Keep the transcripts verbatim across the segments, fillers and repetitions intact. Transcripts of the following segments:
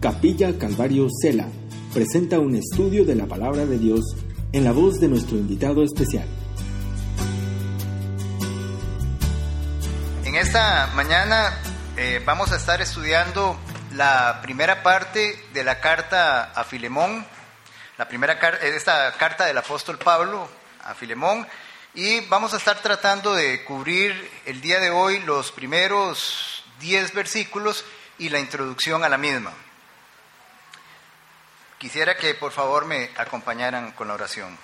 Capilla Calvario Cela presenta un estudio de la Palabra de Dios en la voz de nuestro invitado especial. En esta mañana eh, vamos a estar estudiando la primera parte de la carta a Filemón, la primera car- esta carta del apóstol Pablo a Filemón, y vamos a estar tratando de cubrir el día de hoy los primeros diez versículos y la introducción a la misma. Quisiera que por favor me acompañaran con la oración.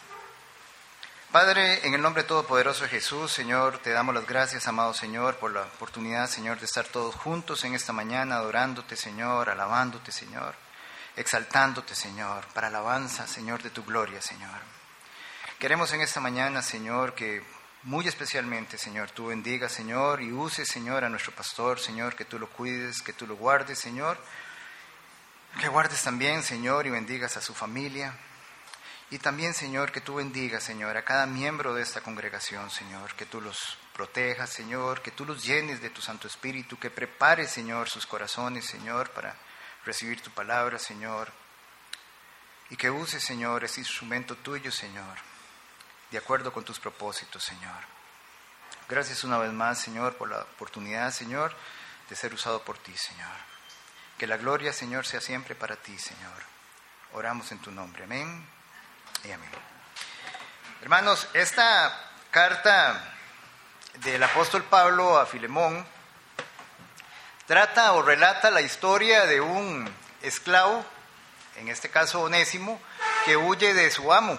Padre, en el nombre todopoderoso de Jesús, Señor, te damos las gracias, amado Señor, por la oportunidad, Señor, de estar todos juntos en esta mañana, adorándote, Señor, alabándote, Señor, exaltándote, Señor, para alabanza, Señor, de tu gloria, Señor. Queremos en esta mañana, Señor, que muy especialmente, Señor, tú bendigas, Señor, y uses, Señor, a nuestro pastor, Señor, que tú lo cuides, que tú lo guardes, Señor, que guardes también, Señor, y bendigas a su familia. Y también, Señor, que tú bendigas, Señor, a cada miembro de esta congregación, Señor, que tú los protejas, Señor, que tú los llenes de tu Santo Espíritu, que prepares, Señor, sus corazones, Señor, para recibir tu palabra, Señor, y que uses, Señor, ese instrumento tuyo, Señor, de acuerdo con tus propósitos, Señor. Gracias una vez más, Señor, por la oportunidad, Señor, de ser usado por ti, Señor. Que la gloria, Señor, sea siempre para ti, Señor. Oramos en tu nombre. Amén y amén. Hermanos, esta carta del apóstol Pablo a Filemón trata o relata la historia de un esclavo, en este caso Onésimo, que huye de su amo.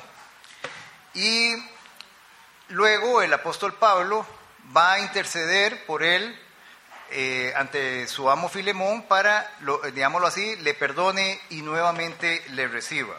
Y luego el apóstol Pablo va a interceder por él eh, ante su amo Filemón para, lo, digámoslo así, le perdone y nuevamente le reciba.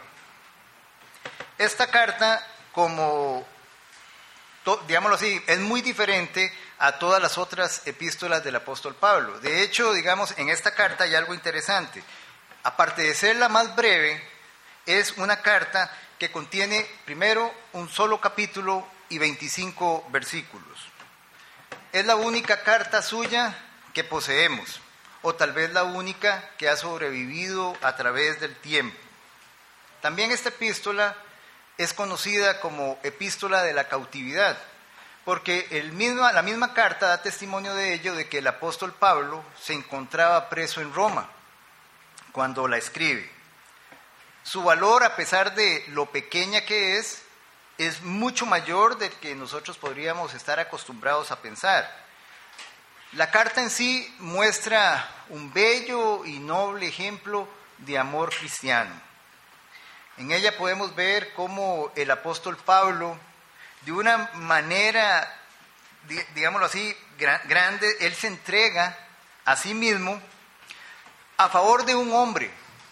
Esta carta, como, to, digámoslo así, es muy diferente a todas las otras epístolas del apóstol Pablo. De hecho, digamos, en esta carta hay algo interesante. Aparte de ser la más breve, es una carta que contiene primero un solo capítulo y veinticinco versículos. Es la única carta suya que poseemos, o tal vez la única que ha sobrevivido a través del tiempo. También esta epístola es conocida como epístola de la cautividad, porque el misma, la misma carta da testimonio de ello, de que el apóstol Pablo se encontraba preso en Roma cuando la escribe. Su valor, a pesar de lo pequeña que es, es mucho mayor del que nosotros podríamos estar acostumbrados a pensar. La carta en sí muestra un bello y noble ejemplo de amor cristiano. En ella podemos ver cómo el apóstol Pablo, de una manera, digámoslo así, grande, él se entrega a sí mismo a favor de un hombre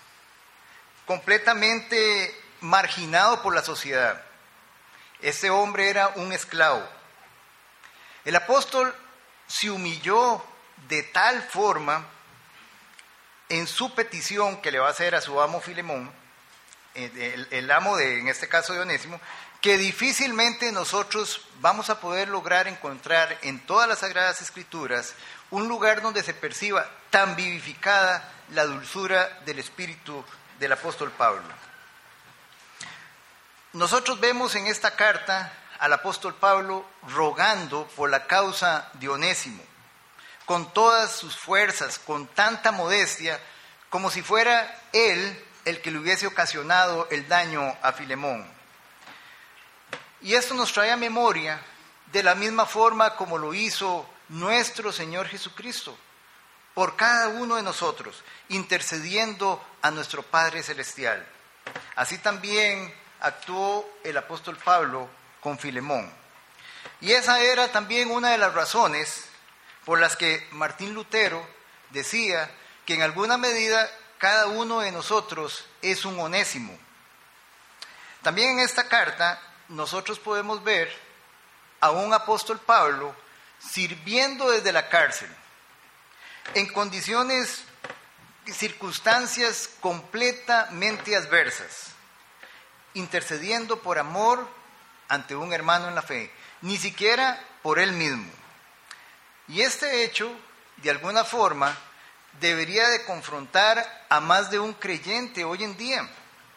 completamente marginado por la sociedad. Este hombre era un esclavo. El apóstol se humilló de tal forma en su petición que le va a hacer a su amo Filemón, el, el amo de, en este caso de Onésimo, que difícilmente nosotros vamos a poder lograr encontrar en todas las Sagradas Escrituras un lugar donde se perciba tan vivificada la dulzura del espíritu del apóstol Pablo. Nosotros vemos en esta carta al apóstol Pablo rogando por la causa de Onésimo, con todas sus fuerzas, con tanta modestia, como si fuera él el que le hubiese ocasionado el daño a Filemón. Y esto nos trae a memoria de la misma forma como lo hizo nuestro Señor Jesucristo, por cada uno de nosotros, intercediendo a nuestro Padre Celestial. Así también actuó el apóstol Pablo con Filemón. Y esa era también una de las razones por las que Martín Lutero decía que en alguna medida cada uno de nosotros es un Onésimo. También en esta carta nosotros podemos ver a un apóstol Pablo sirviendo desde la cárcel, en condiciones, circunstancias completamente adversas, intercediendo por amor ante un hermano en la fe, ni siquiera por él mismo. Y este hecho, de alguna forma, debería de confrontar a más de un creyente hoy en día,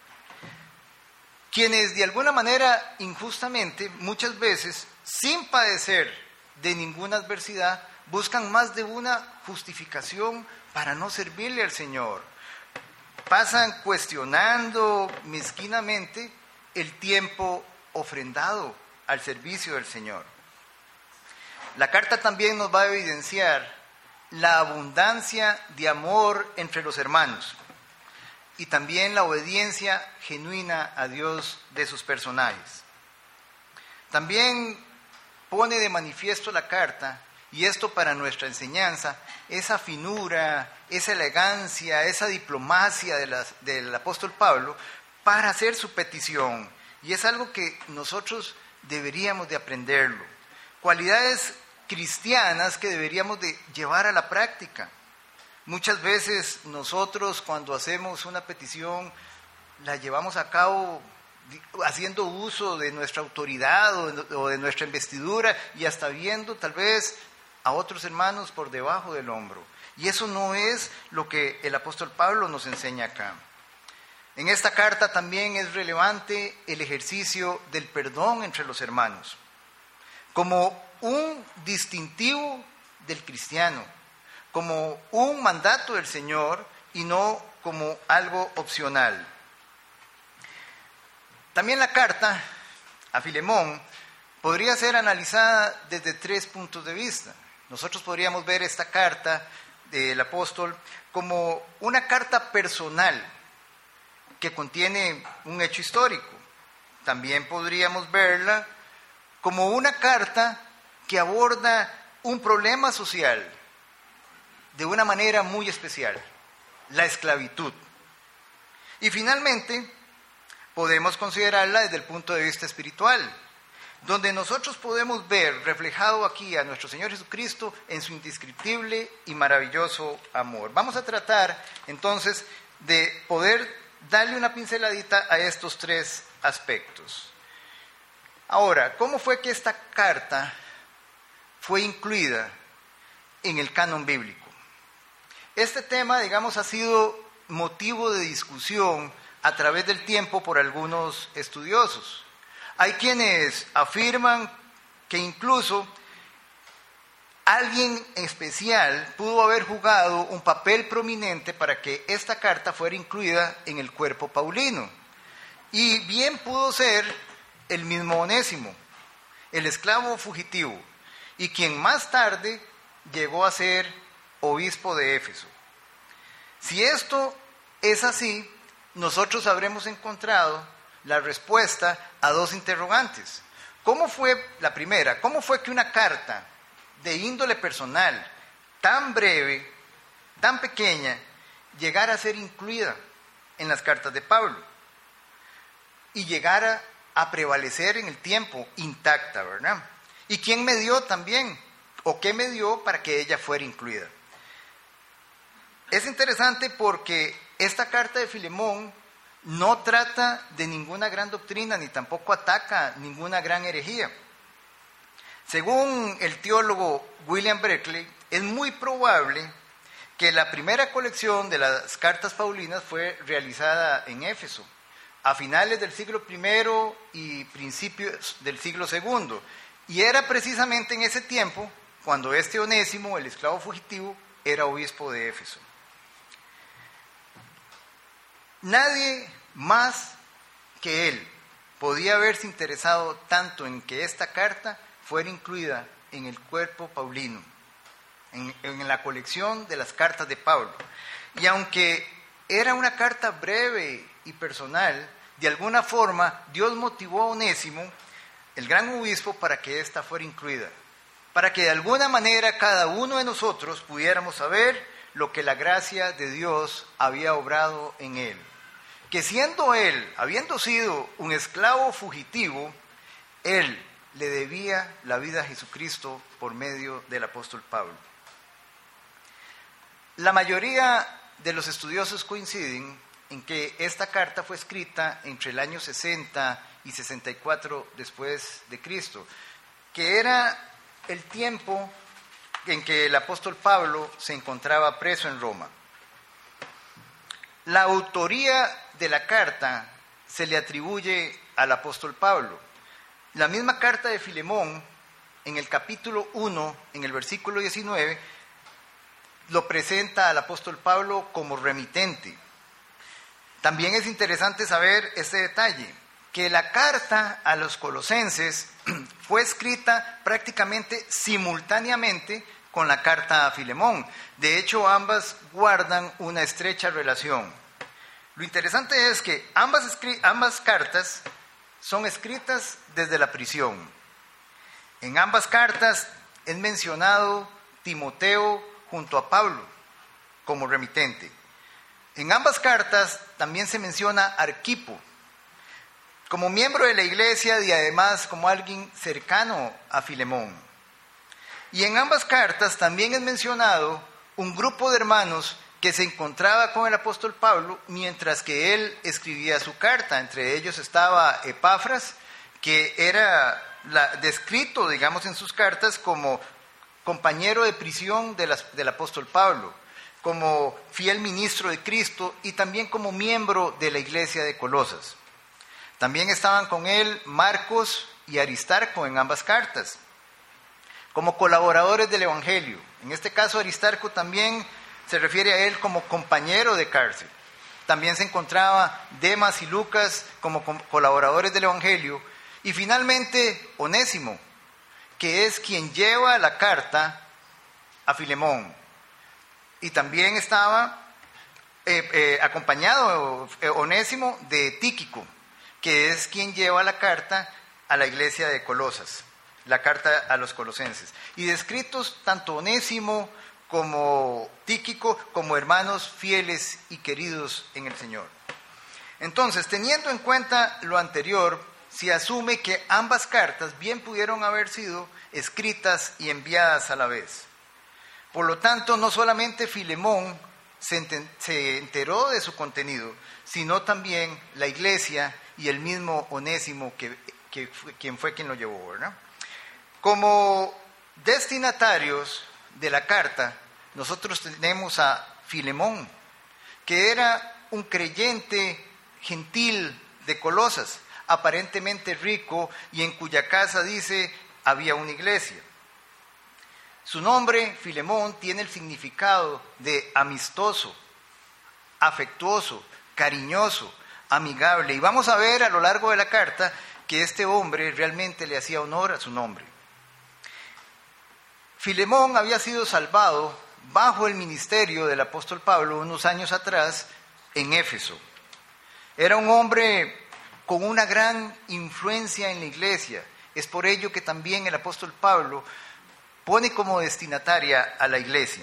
quienes de alguna manera injustamente, muchas veces, sin padecer de ninguna adversidad, buscan más de una justificación para no servirle al Señor. Pasan cuestionando mezquinamente el tiempo ofrendado al servicio del Señor. La carta también nos va a evidenciar la abundancia de amor entre los hermanos y también la obediencia genuina a Dios de sus personajes. También pone de manifiesto la carta, y esto para nuestra enseñanza, esa finura, esa elegancia, esa diplomacia de las, del apóstol Pablo para hacer su petición. Y es algo que nosotros deberíamos de aprenderlo. Cualidades cristianas que deberíamos de llevar a la práctica. Muchas veces nosotros cuando hacemos una petición la llevamos a cabo haciendo uso de nuestra autoridad o de nuestra investidura y hasta viendo tal vez a otros hermanos por debajo del hombro. Y eso no es lo que el apóstol Pablo nos enseña acá. En esta carta también es relevante el ejercicio del perdón entre los hermanos, como un distintivo del cristiano, como un mandato del Señor y no como algo opcional. También la carta a Filemón podría ser analizada desde tres puntos de vista. Nosotros podríamos ver esta carta del apóstol como una carta personal que contiene un hecho histórico. También podríamos verla como una carta que aborda un problema social de una manera muy especial, la esclavitud. Y finalmente, podemos considerarla desde el punto de vista espiritual, donde nosotros podemos ver reflejado aquí a nuestro Señor Jesucristo en su indescriptible y maravilloso amor. Vamos a tratar entonces de poder darle una pinceladita a estos tres aspectos. Ahora, ¿cómo fue que esta carta fue incluida en el canon bíblico? Este tema, digamos, ha sido motivo de discusión a través del tiempo por algunos estudiosos. Hay quienes afirman que incluso alguien especial pudo haber jugado un papel prominente para que esta carta fuera incluida en el cuerpo paulino. Y bien pudo ser el mismo Onésimo, el esclavo fugitivo, y quien más tarde llegó a ser obispo de Éfeso. Si esto es así, nosotros habremos encontrado la respuesta a dos interrogantes. ¿Cómo fue, la primera, cómo fue que una carta de índole personal, tan breve, tan pequeña, llegara a ser incluida en las cartas de Pablo y llegara a prevalecer en el tiempo intacta, ¿verdad? ¿Y quién medió también, o qué medió para que ella fuera incluida? Es interesante porque esta carta de Filemón no trata de ninguna gran doctrina, ni tampoco ataca ninguna gran herejía. Según el teólogo William Berkeley, es muy probable que la primera colección de las cartas paulinas fue realizada en Éfeso, a finales del siglo primero y principios del siglo segundo. Y era precisamente en ese tiempo cuando este Onésimo, el esclavo fugitivo, era obispo de Éfeso. Nadie más que él podía haberse interesado tanto en que esta carta fuera incluida en el cuerpo paulino, en, en la colección de las cartas de Pablo. Y aunque era una carta breve y personal, de alguna forma Dios motivó a Onésimo, el gran obispo, para que ésta fuera incluida, para que de alguna manera cada uno de nosotros pudiéramos saber lo que la gracia de Dios había obrado en él. Que siendo él, habiendo sido un esclavo fugitivo, él le debía la vida a Jesucristo por medio del apóstol Pablo. La mayoría de los estudiosos coinciden en que esta carta fue escrita entre el año sesenta y sesenta y cuatro después de Cristo, que era el tiempo en que el apóstol Pablo se encontraba preso en Roma. La autoría de la carta se le atribuye al apóstol Pablo. La misma carta de Filemón, en el capítulo uno, en el versículo diecinueve, lo presenta al apóstol Pablo como remitente. También es interesante saber este detalle, que la carta a los colosenses fue escrita prácticamente simultáneamente con la carta a Filemón. De hecho, ambas guardan una estrecha relación. Lo interesante es que ambas, ambas cartas son escritas desde la prisión. En ambas cartas es mencionado Timoteo junto a Pablo como remitente. En ambas cartas también se menciona Arquipo como miembro de la iglesia y además como alguien cercano a Filemón. Y en ambas cartas también es mencionado un grupo de hermanos que se encontraba con el apóstol Pablo mientras que él escribía su carta. Entre ellos estaba Epafras, que era la, descrito, digamos, en sus cartas como compañero de prisión de las, del apóstol Pablo, como fiel ministro de Cristo y también como miembro de la iglesia de Colosas. También estaban con él Marcos y Aristarco en ambas cartas, como colaboradores del Evangelio. En este caso, Aristarco también se refiere a él como compañero de cárcel. También se encontraba Demas y Lucas como colaboradores del Evangelio. Y finalmente, Onésimo, que es quien lleva la carta a Filemón. Y también estaba eh, eh, acompañado eh, Onésimo de Tíquico, que es quien lleva la carta a la iglesia de Colosas, la carta a los colosenses. Y descritos tanto Onésimo como Tíquico como hermanos fieles y queridos en el Señor. Entonces, teniendo en cuenta lo anterior, se asume que ambas cartas bien pudieron haber sido escritas y enviadas a la vez. Por lo tanto, no solamente Filemón se, ent- se enteró de su contenido, sino también la iglesia y el mismo Onésimo, que, que fue, quien fue quien lo llevó, ¿verdad? Como destinatarios de la carta, nosotros tenemos a Filemón, que era un creyente gentil de Colosas, aparentemente rico, y en cuya casa, dice, había una iglesia. Su nombre, Filemón, tiene el significado de amistoso, afectuoso, cariñoso, amigable. Y vamos a ver a lo largo de la carta que este hombre realmente le hacía honor a su nombre. Filemón había sido salvado bajo el ministerio del apóstol Pablo unos años atrás en Éfeso. Era un hombre con una gran influencia en la iglesia. Es por ello que también el apóstol Pablo pone como destinataria a la iglesia.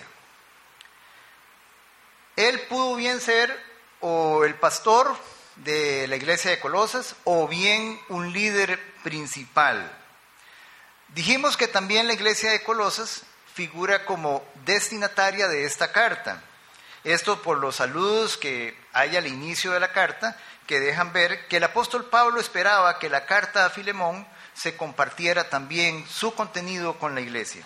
Él pudo bien ser o el pastor de la iglesia de Colosas o bien un líder principal. Dijimos que también la iglesia de Colosas figura como destinataria de esta carta. Esto por los saludos que hay al inicio de la carta, que dejan ver que el apóstol Pablo esperaba que la carta a Filemón se compartiera también su contenido con la iglesia.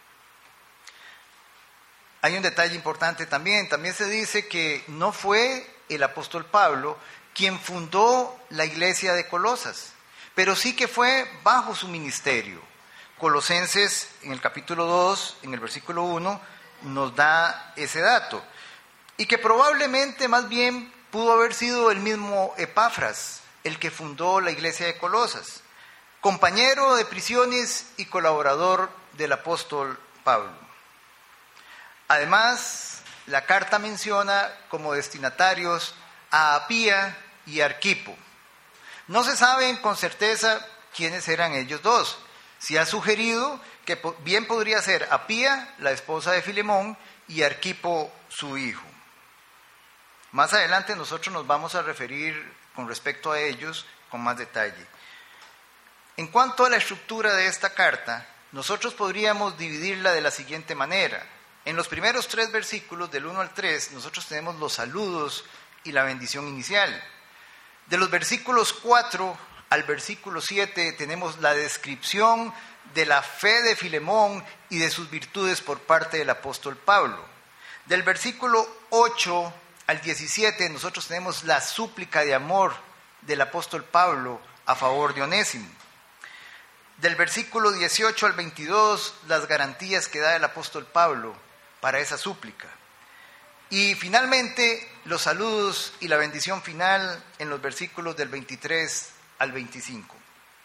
Hay un detalle importante también. También se dice que no fue el apóstol Pablo quien fundó la iglesia de Colosas, pero sí que fue bajo su ministerio. Colosenses, en el capítulo dos, en el versículo uno, nos da ese dato. Y que probablemente más bien pudo haber sido el mismo Epafras, el que fundó la iglesia de Colosas, compañero de prisiones y colaborador del apóstol Pablo. Además, la carta menciona como destinatarios a Apía y Arquipo. No se sabe con certeza quiénes eran ellos dos. Se ha sugerido que bien podría ser Apía, la esposa de Filemón, y Arquipo, su hijo. Más adelante nosotros nos vamos a referir con respecto a ellos con más detalle. En cuanto a la estructura de esta carta, nosotros podríamos dividirla de la siguiente manera. En los primeros tres versículos, del uno al tres, nosotros tenemos los saludos y la bendición inicial. De los versículos cuatro al versículo siete tenemos la descripción de la fe de Filemón y de sus virtudes por parte del apóstol Pablo. Del versículo ocho al diecisiete nosotros tenemos la súplica de amor del apóstol Pablo a favor de Onésimo. Del versículo dieciocho al veintidós, las garantías que da el apóstol Pablo para esa súplica. Y finalmente, los saludos y la bendición final en los versículos del veintitrés al veinticinco.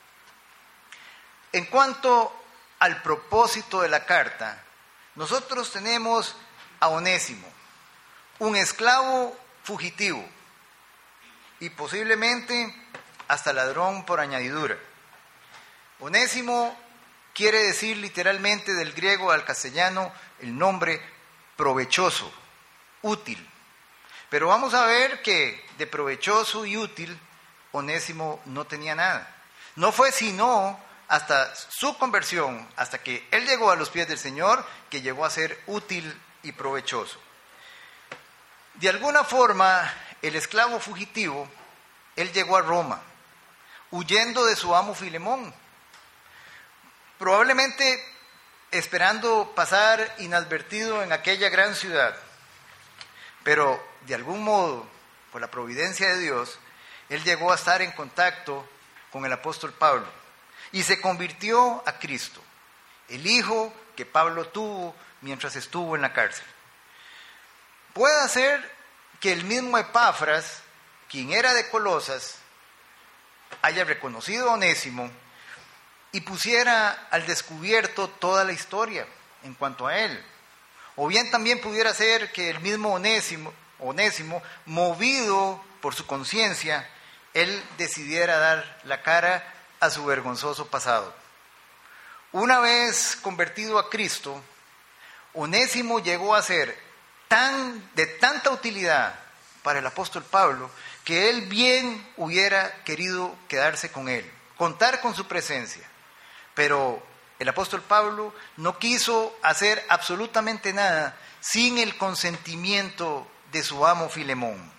En cuanto al propósito de la carta, nosotros tenemos a Onésimo, un esclavo fugitivo y posiblemente hasta ladrón por añadidura. Onésimo quiere decir literalmente del griego al castellano el nombre provechoso, útil. Pero vamos a ver que de provechoso y útil Onésimo no tenía nada. No fue sino hasta su conversión, hasta que él llegó a los pies del Señor, que llegó a ser útil y provechoso. De alguna forma, el esclavo fugitivo, él llegó a Roma, huyendo de su amo Filemón, probablemente esperando pasar inadvertido en aquella gran ciudad. Pero de algún modo, por la providencia de Dios, él llegó a estar en contacto con el apóstol Pablo y se convirtió a Cristo, el hijo que Pablo tuvo mientras estuvo en la cárcel. Puede ser que el mismo Epafras, quien era de Colosas, haya reconocido a Onésimo y pusiera al descubierto toda la historia en cuanto a él. O bien también pudiera ser que el mismo Onésimo, Onésimo, movido por su conciencia, él decidiera dar la cara a su vergonzoso pasado. Una vez convertido a Cristo, Onésimo llegó a ser tan, de tanta utilidad para el apóstol Pablo, que él bien hubiera querido quedarse con él, contar con su presencia. Pero el apóstol Pablo no quiso hacer absolutamente nada sin el consentimiento de su amo Filemón.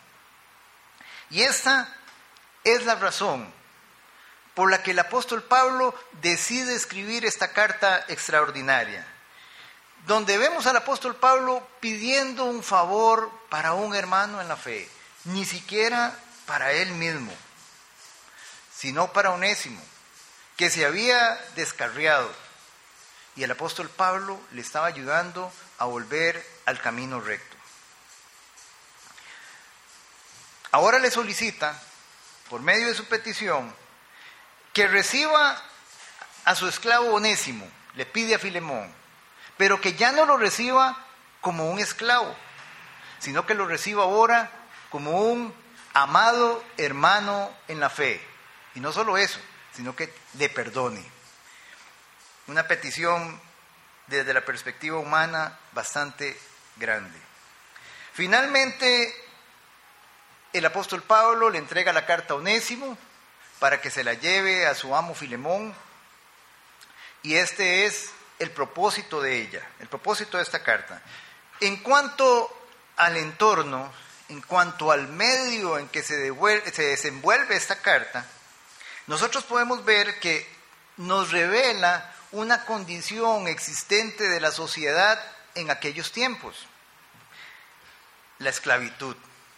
Y esta es la razón por la que el apóstol Pablo decide escribir esta carta extraordinaria, donde vemos al apóstol Pablo pidiendo un favor para un hermano en la fe, ni siquiera para él mismo, sino para Onésimo, que se había descarriado, y el apóstol Pablo le estaba ayudando a volver al camino recto. Ahora le solicita, por medio de su petición, que reciba a su esclavo Onésimo, le pide a Filemón, pero que ya no lo reciba como un esclavo, sino que lo reciba ahora como un amado hermano en la fe. Y no solo eso, sino que le perdone. Una petición desde la perspectiva humana bastante grande. Finalmente, el apóstol Pablo le entrega la carta a Onésimo para que se la lleve a su amo Filemón, y este es el propósito de ella, el propósito de esta carta. En cuanto al entorno, en cuanto al medio en que se, devuelve, se desenvuelve esta carta, nosotros podemos ver que nos revela una condición existente de la sociedad en aquellos tiempos: la esclavitud.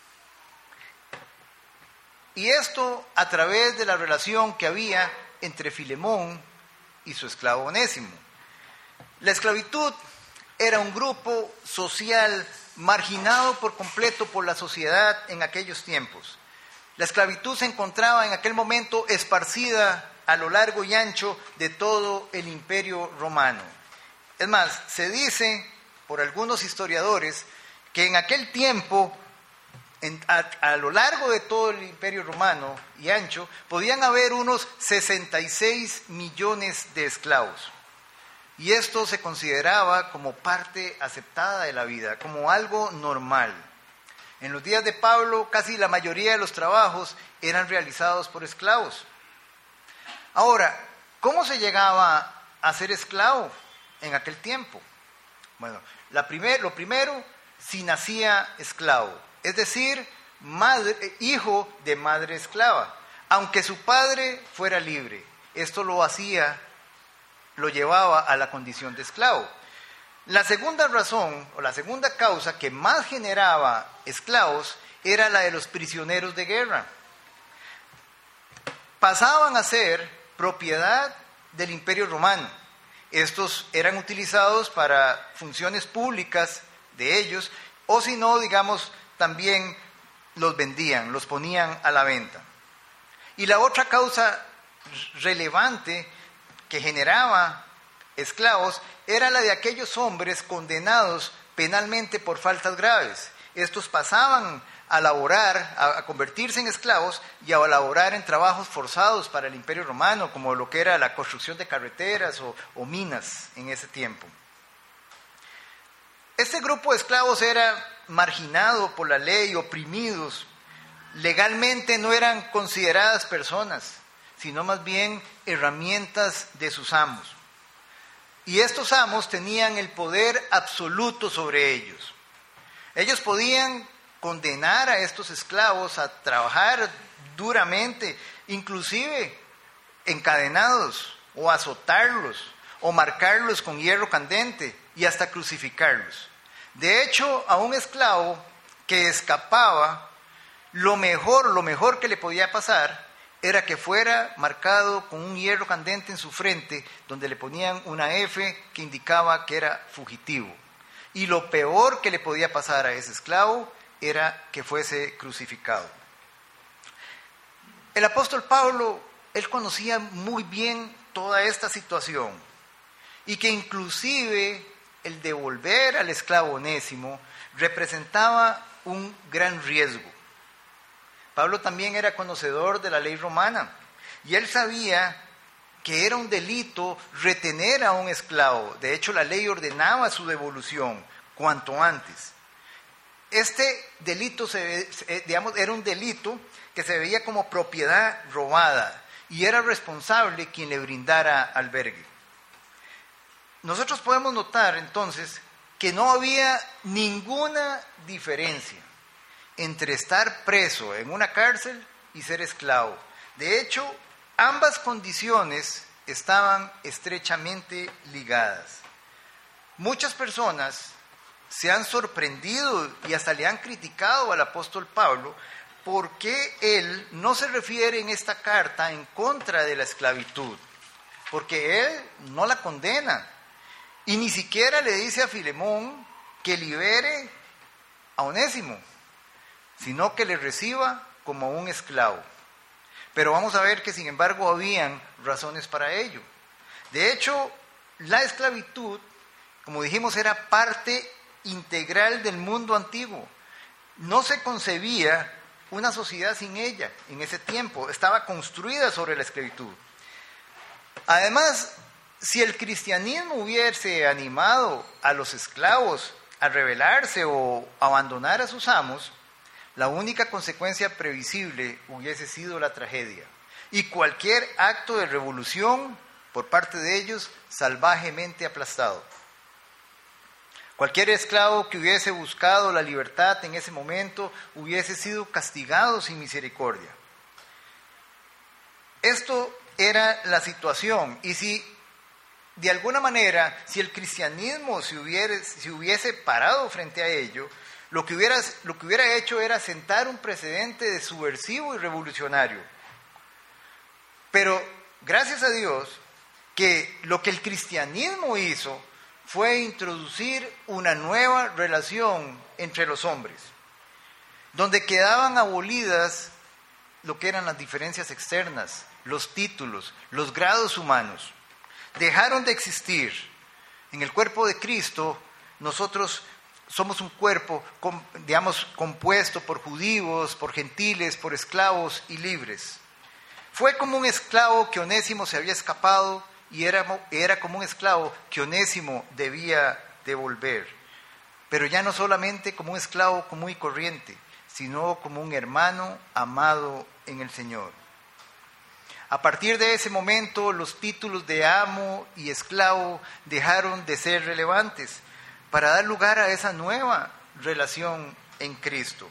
Y esto a través de la relación que había entre Filemón y su esclavo Onésimo. La esclavitud era un grupo social marginado por completo por la sociedad en aquellos tiempos. La esclavitud se encontraba en aquel momento esparcida a lo largo y ancho de todo el imperio romano. Es más, se dice por algunos historiadores que en aquel tiempo, en, a, a lo largo de todo el imperio romano y ancho, podían haber unos sesenta y seis millones de esclavos. Y esto se consideraba como parte aceptada de la vida, como algo normal. En los días de Pablo, casi la mayoría de los trabajos eran realizados por esclavos. Ahora, ¿cómo se llegaba a ser esclavo en aquel tiempo? Bueno, la primer, lo primero, si nacía esclavo, es decir, madre, hijo de madre esclava, aunque su padre fuera libre. Esto lo hacía lo llevaba a la condición de esclavo. La segunda razón, o la segunda causa que más generaba esclavos, era la de los prisioneros de guerra. Pasaban a ser propiedad del Imperio Romano. Estos eran utilizados para funciones públicas de ellos, o si no, digamos, también los vendían, los ponían a la venta. Y la otra causa relevante que generaba esclavos era la de aquellos hombres condenados penalmente por faltas graves. Estos pasaban a laborar, a convertirse en esclavos y a laborar en trabajos forzados para el Imperio Romano, como lo que era la construcción de carreteras o, o minas en ese tiempo. Este grupo de esclavos era marginado por la ley, oprimidos. Legalmente no eran consideradas personas, sino más bien herramientas de sus amos. Y estos amos tenían el poder absoluto sobre ellos. Ellos podían condenar a estos esclavos a trabajar duramente, inclusive encadenados, o azotarlos, o marcarlos con hierro candente, y hasta crucificarlos. De hecho, a un esclavo que escapaba, lo mejor, lo mejor que le podía pasar era que fuera marcado con un hierro candente en su frente, donde le ponían una F que indicaba que era fugitivo. Y lo peor que le podía pasar a ese esclavo era que fuese crucificado. El apóstol Pablo, él conocía muy bien toda esta situación, y que inclusive el devolver al esclavo Onésimo representaba un gran riesgo. Pablo también era conocedor de la ley romana, y él sabía que era un delito retener a un esclavo. De hecho, la ley ordenaba su devolución cuanto antes. Este delito, se, digamos, era un delito que se veía como propiedad robada, y era responsable quien le brindara albergue. Nosotros podemos notar entonces que no había ninguna diferencia entre estar preso en una cárcel y ser esclavo. De hecho, ambas condiciones estaban estrechamente ligadas. Muchas personas se han sorprendido y hasta le han criticado al apóstol Pablo porque él no se refiere en esta carta en contra de la esclavitud, porque él no la condena y ni siquiera le dice a Filemón que libere a Onésimo, sino que le reciba como un esclavo. Pero vamos a ver que sin embargo habían razones para ello. De hecho, la esclavitud, como dijimos, era parte integral del mundo antiguo. No se concebía una sociedad sin ella en ese tiempo, estaba construida sobre la esclavitud. Además, si el cristianismo hubiese animado a los esclavos a rebelarse o abandonar a sus amos, la única consecuencia previsible hubiese sido la tragedia, y cualquier acto de revolución por parte de ellos salvajemente aplastado. Cualquier esclavo que hubiese buscado la libertad en ese momento hubiese sido castigado sin misericordia. Esto era la situación, y si de alguna manera, si el cristianismo se hubiese, se hubiese parado frente a ello, Lo que, hubiera, lo que hubiera hecho era sentar un precedente de subversivo y revolucionario. Pero gracias a Dios que lo que el cristianismo hizo fue introducir una nueva relación entre los hombres, donde quedaban abolidas lo que eran las diferencias externas, los títulos, los grados humanos. Dejaron de existir. En el cuerpo de Cristo, nosotros somos un cuerpo, digamos, compuesto por judíos, por gentiles, por esclavos y libres. Fue como un esclavo que Onésimo se había escapado y era, era como un esclavo que Onésimo debía devolver. Pero ya no solamente como un esclavo común y corriente, sino como un hermano amado en el Señor. A partir de ese momento, los títulos de amo y esclavo dejaron de ser relevantes para dar lugar a esa nueva relación en Cristo.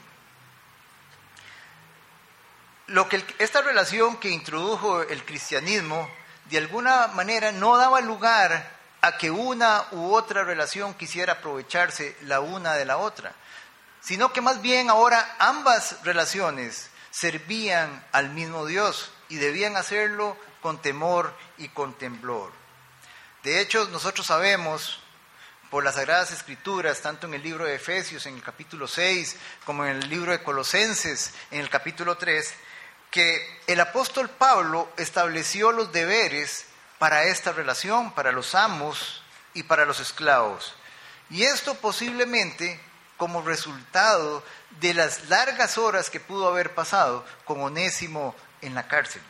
Lo que el, esta relación que introdujo el cristianismo de alguna manera no daba lugar a que una u otra relación quisiera aprovecharse la una de la otra, sino que más bien ahora ambas relaciones servían al mismo Dios y debían hacerlo con temor y con temblor. De hecho, nosotros sabemos por las Sagradas Escrituras, tanto en el libro de Efesios, en el capítulo seis, como en el libro de Colosenses, en el capítulo tres, que el apóstol Pablo estableció los deberes para esta relación, para los amos y para los esclavos. Y esto posiblemente como resultado de las largas horas que pudo haber pasado con Onésimo en la cárcel.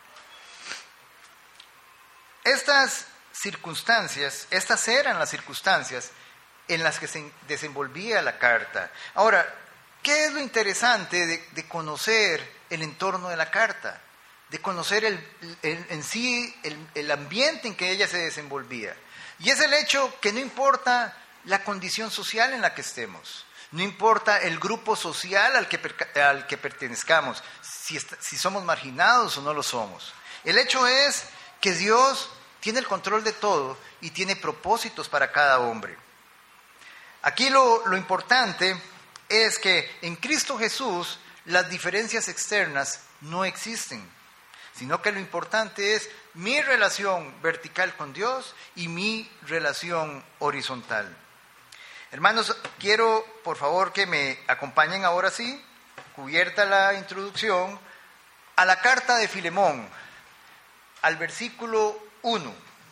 Estas circunstancias, estas eran las circunstancias en las que se desenvolvía la carta. Ahora, ¿qué es lo interesante de, de conocer el entorno de la carta? De conocer el, el, en sí el, el ambiente en que ella se desenvolvía. Y es el hecho que no importa la condición social en la que estemos, no importa el grupo social al que, al que pertenezcamos, si, est- si somos marginados o no lo somos. El hecho es que Dios tiene el control de todo y tiene propósitos para cada hombre. Aquí lo, lo importante es que en Cristo Jesús las diferencias externas no existen, sino que lo importante es mi relación vertical con Dios y mi relación horizontal. Hermanos, quiero por favor que me acompañen ahora sí, cubierta la introducción, a la carta de Filemón, al versículo uno.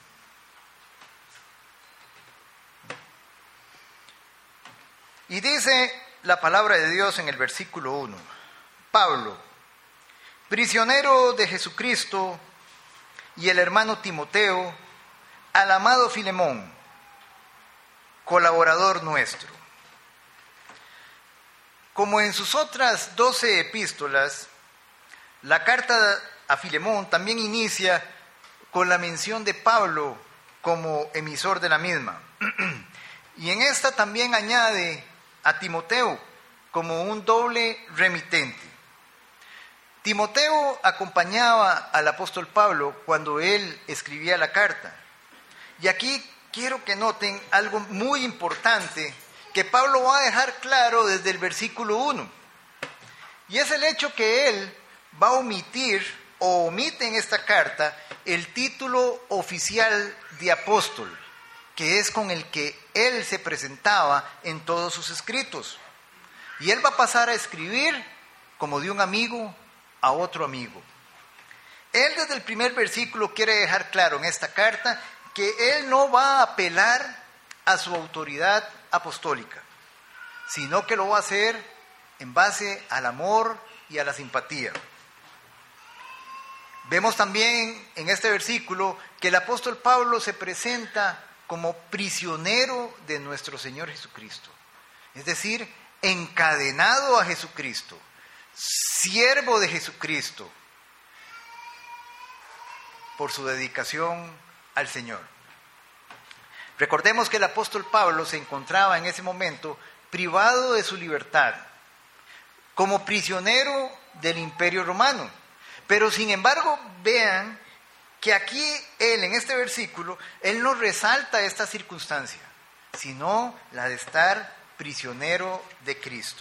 Y dice la palabra de Dios en el versículo uno: Pablo, prisionero de Jesucristo, y el hermano Timoteo, al amado Filemón, colaborador nuestro. Como en sus otras doce epístolas, la carta a Filemón también inicia con la mención de Pablo como emisor de la misma. Y en esta también añade a Timoteo como un doble remitente. Timoteo acompañaba al apóstol Pablo cuando él escribía la carta. Y aquí quiero que noten algo muy importante que Pablo va a dejar claro desde el versículo uno. Y es el hecho que él va a omitir o omite en esta carta el título oficial de apóstol, que es con el que él se presentaba en todos sus escritos. Y él va a pasar a escribir como de un amigo a otro amigo. Él desde el primer versículo quiere dejar claro en esta carta que él no va a apelar a su autoridad apostólica, sino que lo va a hacer en base al amor y a la simpatía. Vemos también en este versículo que el apóstol Pablo se presenta como prisionero de nuestro Señor Jesucristo, es decir, encadenado a Jesucristo, siervo de Jesucristo, por su dedicación al Señor. Recordemos que el apóstol Pablo se encontraba en ese momento privado de su libertad, como prisionero del Imperio Romano. Pero sin embargo, vean que aquí él, en este versículo, él no resalta esta circunstancia, sino la de estar prisionero de Cristo.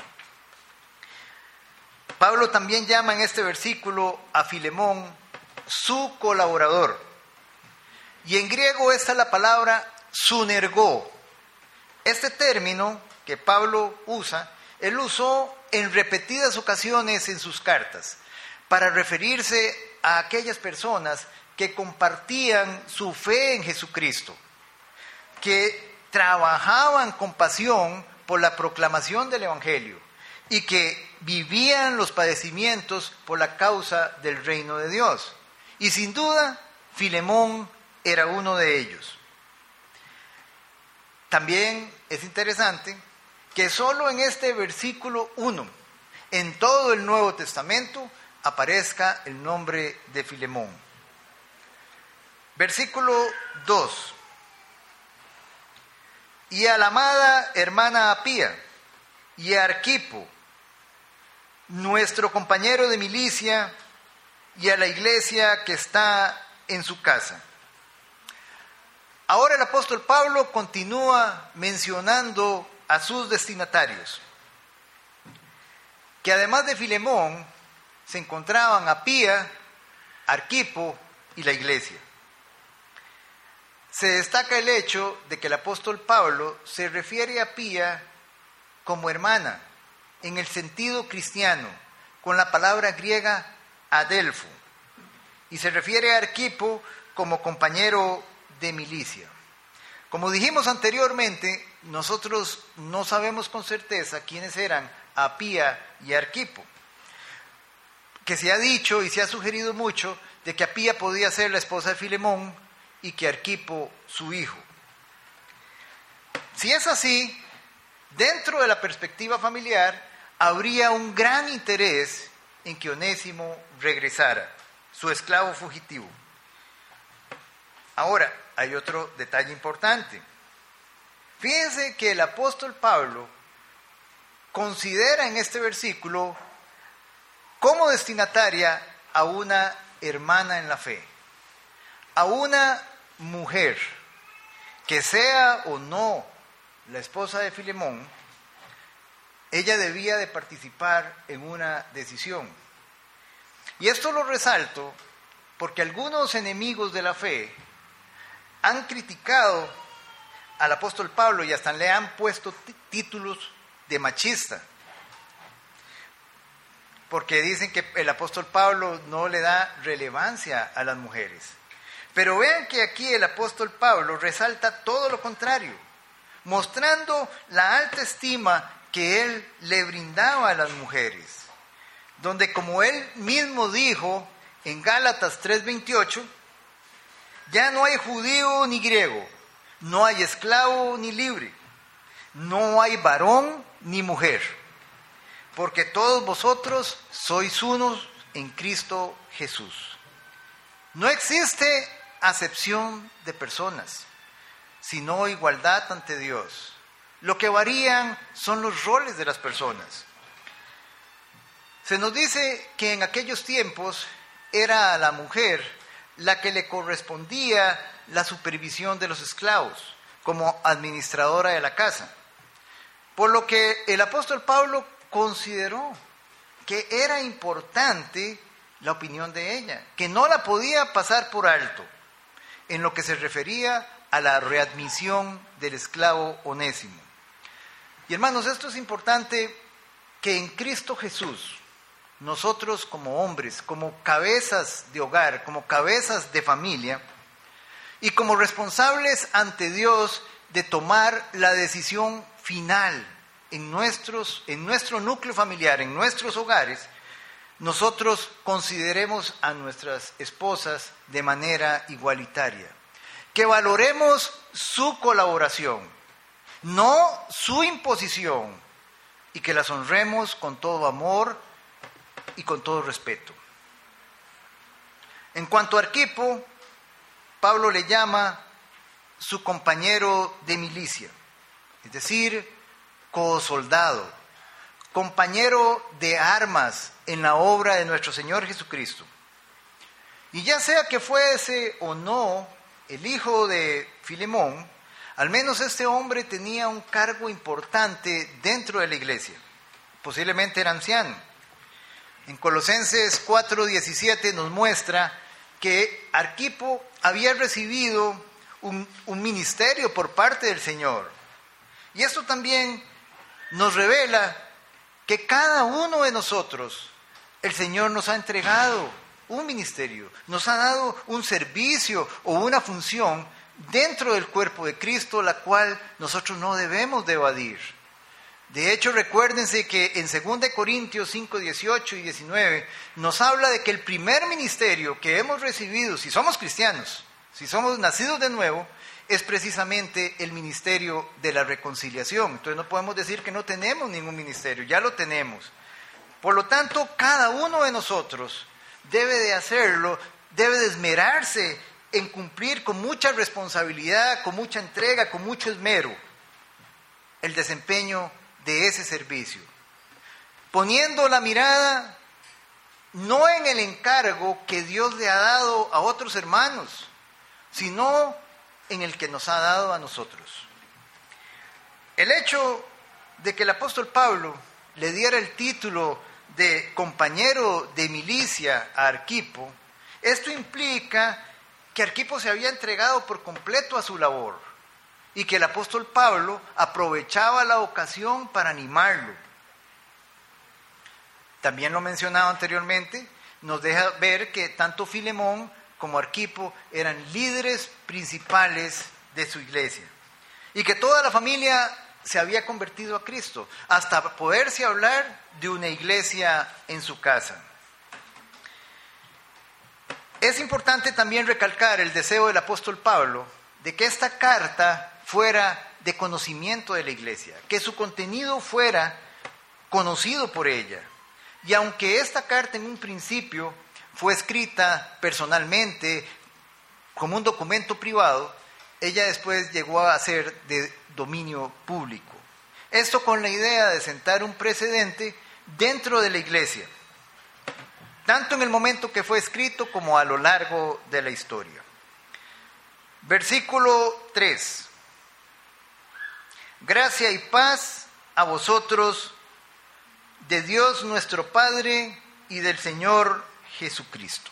Pablo también llama en este versículo a Filemón su colaborador. Y en griego está la palabra sunergó. Este término que Pablo usa, él usó en repetidas ocasiones en sus cartas para referirse a aquellas personas que compartían su fe en Jesucristo, que trabajaban con pasión por la proclamación del Evangelio y que vivían los padecimientos por la causa del reino de Dios. Y sin duda, Filemón era uno de ellos. También es interesante que solo en este versículo uno, en todo el Nuevo Testamento, aparezca el nombre de Filemón. Versículo dos. Y a la amada hermana Apía y a Arquipo, nuestro compañero de milicia, y a la iglesia que está en su casa. Ahora el apóstol Pablo continúa mencionando a sus destinatarios, que además de Filemón se encontraban Apía, Arquipo y la iglesia. Se destaca el hecho de que el apóstol Pablo se refiere a Apía como hermana, en el sentido cristiano, con la palabra griega adelfo, y se refiere a Arquipo como compañero de milicia. Como dijimos anteriormente, nosotros no sabemos con certeza quiénes eran Apía y Arquipo, que se ha dicho y se ha sugerido mucho de que Apía podía ser la esposa de Filemón y que Arquipo su hijo. Si es así, dentro de la perspectiva familiar, habría un gran interés en que Onésimo regresara, su esclavo fugitivo. Ahora, hay otro detalle importante. Fíjense que el apóstol Pablo considera en este versículo como destinataria a una hermana en la fe, a una mujer que sea o no la esposa de Filemón. Ella debía de participar en una decisión. Y esto lo resalto porque algunos enemigos de la fe han criticado al apóstol Pablo y hasta le han puesto t- títulos de machista, porque dicen que el apóstol Pablo no le da relevancia a las mujeres. Pero vean que aquí el apóstol Pablo resalta todo lo contrario, mostrando la alta estima que él le brindaba a las mujeres, donde, como él mismo dijo en Gálatas tres veintiocho, ya no hay judío ni griego, no hay esclavo ni libre, no hay varón ni mujer, porque todos vosotros sois unos en Cristo Jesús. No existe acepción de personas, sino igualdad ante Dios. Lo que varían son los roles de las personas. Se nos dice que en aquellos tiempos era a la mujer la que le correspondía la supervisión de los esclavos como administradora de la casa. Por lo que el apóstol Pablo consideró que era importante la opinión de ella, que no la podía pasar por alto en lo que se refería a la readmisión del esclavo Onésimo. Y hermanos, esto es importante, que en Cristo Jesús, nosotros como hombres, como cabezas de hogar, como cabezas de familia, y como responsables ante Dios de tomar la decisión final en, nuestros, en nuestro núcleo familiar, en nuestros hogares, nosotros consideremos a nuestras esposas de manera igualitaria, que valoremos su colaboración, no su imposición, y que las honremos con todo amor y con todo respeto. En cuanto a Arquipo, Pablo le llama su compañero de milicia, es decir, cosoldado, compañero de armas en la obra de nuestro Señor Jesucristo. Y ya sea que fuese o no el hijo de Filemón, al menos este hombre tenía un cargo importante dentro de la iglesia, posiblemente era anciano. En Colosenses cuatro diecisiete nos muestra que Arquipo había recibido un, un ministerio por parte del Señor. Y esto también nos revela que cada uno de nosotros, el Señor nos ha entregado un ministerio, nos ha dado un servicio o una función dentro del cuerpo de Cristo, la cual nosotros no debemos de evadir. De hecho, recuérdense que en segunda Corintios cinco, dieciocho y diecinueve nos habla de que el primer ministerio que hemos recibido, si somos cristianos, si somos nacidos de nuevo, es precisamente el ministerio de la reconciliación. Entonces no podemos decir que no tenemos ningún ministerio, ya lo tenemos. Por lo tanto, cada uno de nosotros debe de hacerlo, debe de esmerarse en cumplir con mucha responsabilidad, con mucha entrega, con mucho esmero, el desempeño de ese servicio, poniendo la mirada no en el encargo que Dios le ha dado a otros hermanos, sino en el que nos ha dado a nosotros. El hecho de que el apóstol Pablo le diera el título de compañero de milicia a Arquipo, esto implica que Arquipo se había entregado por completo a su labor y que el apóstol Pablo aprovechaba la ocasión para animarlo. También lo mencionado anteriormente, nos deja ver que tanto Filemón como Arquipo eran líderes principales de su iglesia y que toda la familia se había convertido a Cristo, hasta poderse hablar de una iglesia en su casa. Es importante también recalcar el deseo del apóstol Pablo de que esta carta fuera de conocimiento de la iglesia, que su contenido fuera conocido por ella. Y aunque esta carta en un principio fue escrita personalmente como un documento privado, ella después llegó a ser de dominio público. Esto con la idea de sentar un precedente dentro de la iglesia, tanto en el momento que fue escrito como a lo largo de la historia. Versículo tres. Gracia y paz a vosotros de Dios nuestro Padre y del Señor Jesucristo.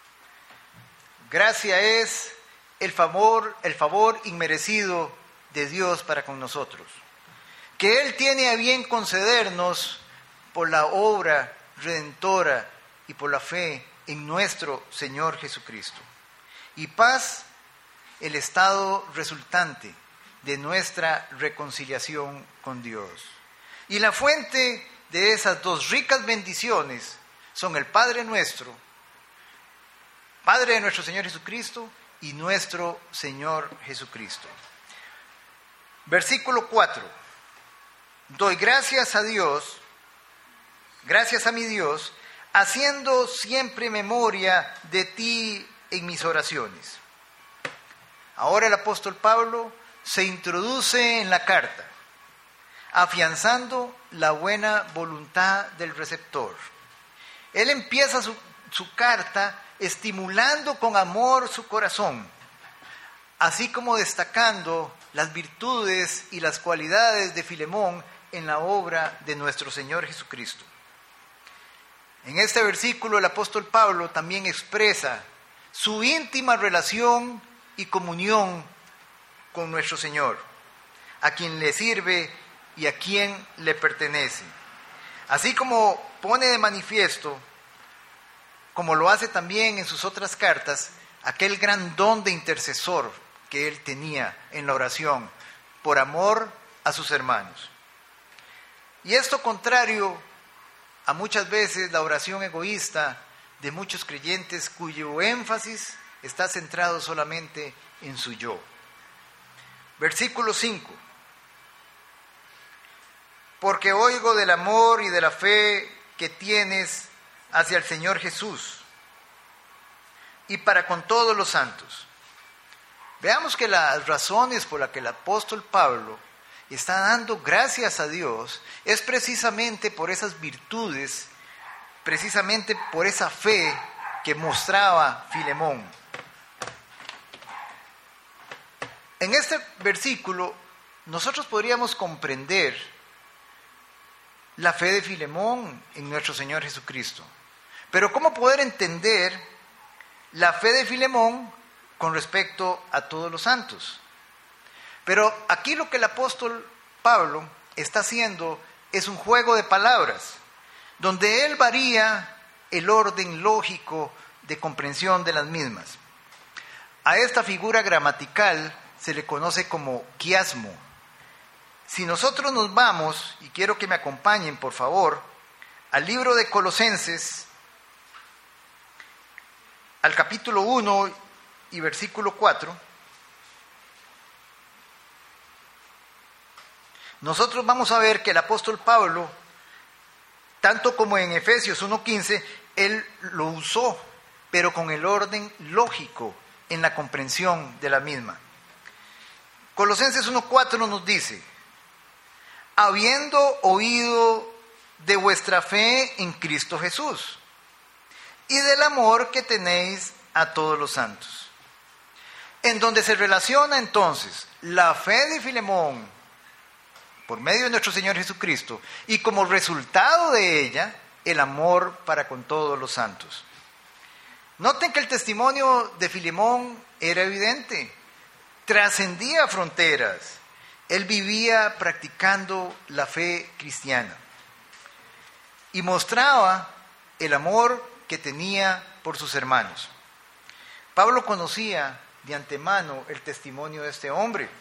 Gracia es el favor, el favor inmerecido de Dios para con nosotros, que Él tiene a bien concedernos por la obra redentora y por la fe en nuestro Señor Jesucristo. Y paz, el estado resultante de nuestra reconciliación con Dios. Y la fuente de esas dos ricas bendiciones son el Padre nuestro, Padre de nuestro Señor Jesucristo y nuestro Señor Jesucristo. Versículo cuatro. Doy gracias a Dios, gracias a mi Dios, haciendo siempre memoria de ti en mis oraciones. Ahora el apóstol Pablo se introduce en la carta, afianzando la buena voluntad del receptor. Él empieza su, su carta estimulando con amor su corazón, así como destacando las virtudes y las cualidades de Filemón en la obra de nuestro Señor Jesucristo. En este versículo el apóstol Pablo también expresa su íntima relación y comunión con nuestro Señor, a quien le sirve y a quien le pertenece. Así como pone de manifiesto, como lo hace también en sus otras cartas, aquel gran don de intercesor que él tenía en la oración, por amor a sus hermanos. Y esto contrario a muchas veces la oración egoísta de muchos creyentes cuyo énfasis está centrado solamente en su yo. Versículo cinco. Porque oigo del amor y de la fe que tienes hacia el Señor Jesús y para con todos los santos. Veamos que las razones por las que el apóstol Pablo está dando gracias a Dios es precisamente por esas virtudes, precisamente por esa fe que mostraba Filemón. En este versículo nosotros podríamos comprender la fe de Filemón en nuestro Señor Jesucristo. Pero ¿cómo poder entender la fe de Filemón con respecto a todos los santos? Pero aquí lo que el apóstol Pablo está haciendo es un juego de palabras, donde él varía el orden lógico de comprensión de las mismas. A esta figura gramatical se le conoce como quiasmo. Si nosotros nos vamos, y quiero que me acompañen por favor, al libro de Colosenses, al capítulo uno y versículo cuatro, nosotros vamos a ver que el apóstol Pablo, tanto como en Efesios uno quince, él lo usó, pero con el orden lógico en la comprensión de la misma. Colosenses uno cuatro nos dice: habiendo oído de vuestra fe en Cristo Jesús y del amor que tenéis a todos los santos. En donde se relaciona entonces la fe de Filemón por medio de nuestro Señor Jesucristo y como resultado de ella el amor para con todos los santos. Noten que el testimonio de Filemón era evidente, trascendía fronteras. Él vivía practicando la fe cristiana y mostraba el amor que tenía por sus hermanos. Pablo conocía de antemano el testimonio de este hombre,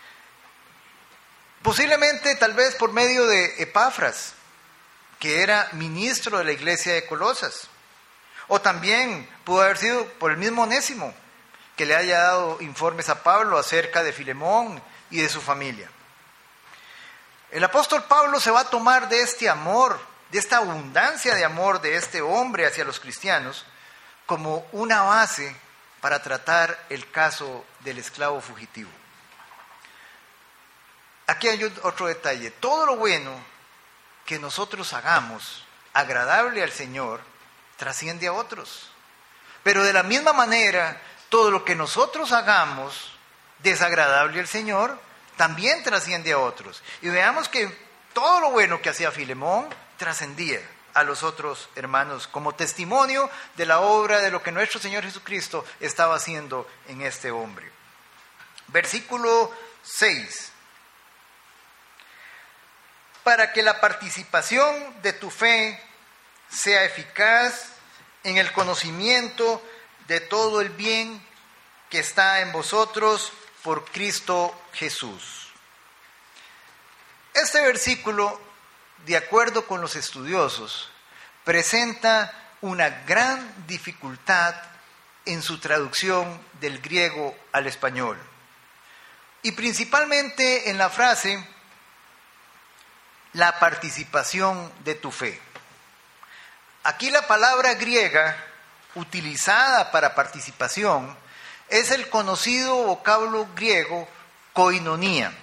posiblemente tal vez por medio de Epafras, que era ministro de la iglesia de Colosas, o también pudo haber sido por el mismo Onésimo, que le haya dado informes a Pablo acerca de Filemón y de su familia. El apóstol Pablo se va a tomar de este amor, de esta abundancia de amor de este hombre hacia los cristianos, como una base para tratar el caso del esclavo fugitivo. Aquí hay otro detalle. Todo lo bueno que nosotros hagamos agradable al Señor trasciende a otros. Pero de la misma manera, todo lo que nosotros hagamos desagradable al Señor también trasciende a otros. Y veamos que todo lo bueno que hacía Filemón trascendía a los otros hermanos como testimonio de la obra de lo que nuestro Señor Jesucristo estaba haciendo en este hombre. Versículo seis. Para que la participación de tu fe sea eficaz en el conocimiento de todo el bien que está en vosotros por Cristo Jesús. Este versículo, de acuerdo con los estudiosos, presenta una gran dificultad en su traducción del griego al español. Y principalmente en la frase, la participación de tu fe. Aquí la palabra griega utilizada para participación es el conocido vocablo griego koinonía.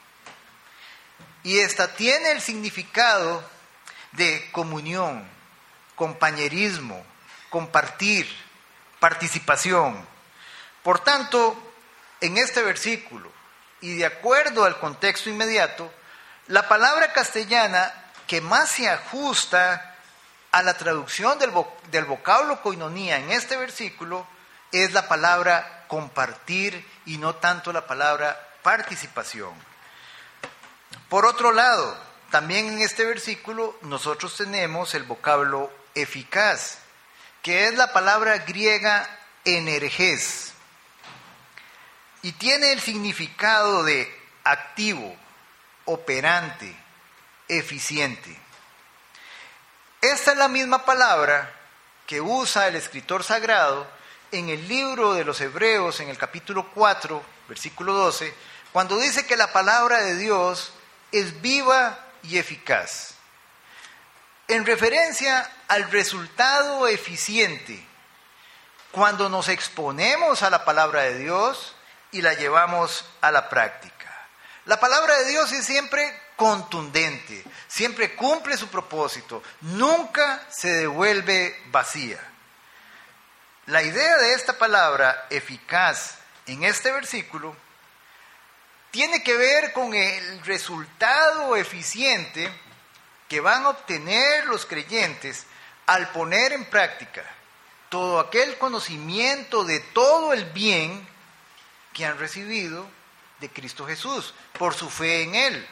Y esta tiene el significado de comunión, compañerismo, compartir, participación. Por tanto, en este versículo, y de acuerdo al contexto inmediato, la palabra castellana que más se ajusta a la traducción del, vo- del vocablo koinonía en este versículo es la palabra compartir y no tanto la palabra participación. Por otro lado, también en este versículo nosotros tenemos el vocablo eficaz, que es la palabra griega energés, y tiene el significado de activo, operante, eficiente. Esta es la misma palabra que usa el escritor sagrado en el libro de los Hebreos, en el capítulo cuatro, versículo doce, cuando dice que la palabra de Dios es viva y eficaz, en referencia al resultado eficiente cuando nos exponemos a la palabra de Dios y la llevamos a la práctica. La palabra de Dios es siempre contundente, siempre cumple su propósito, nunca se devuelve vacía. La idea de esta palabra eficaz en este versículo tiene que ver con el resultado eficiente que van a obtener los creyentes al poner en práctica todo aquel conocimiento de todo el bien que han recibido de Cristo Jesús por su fe en Él.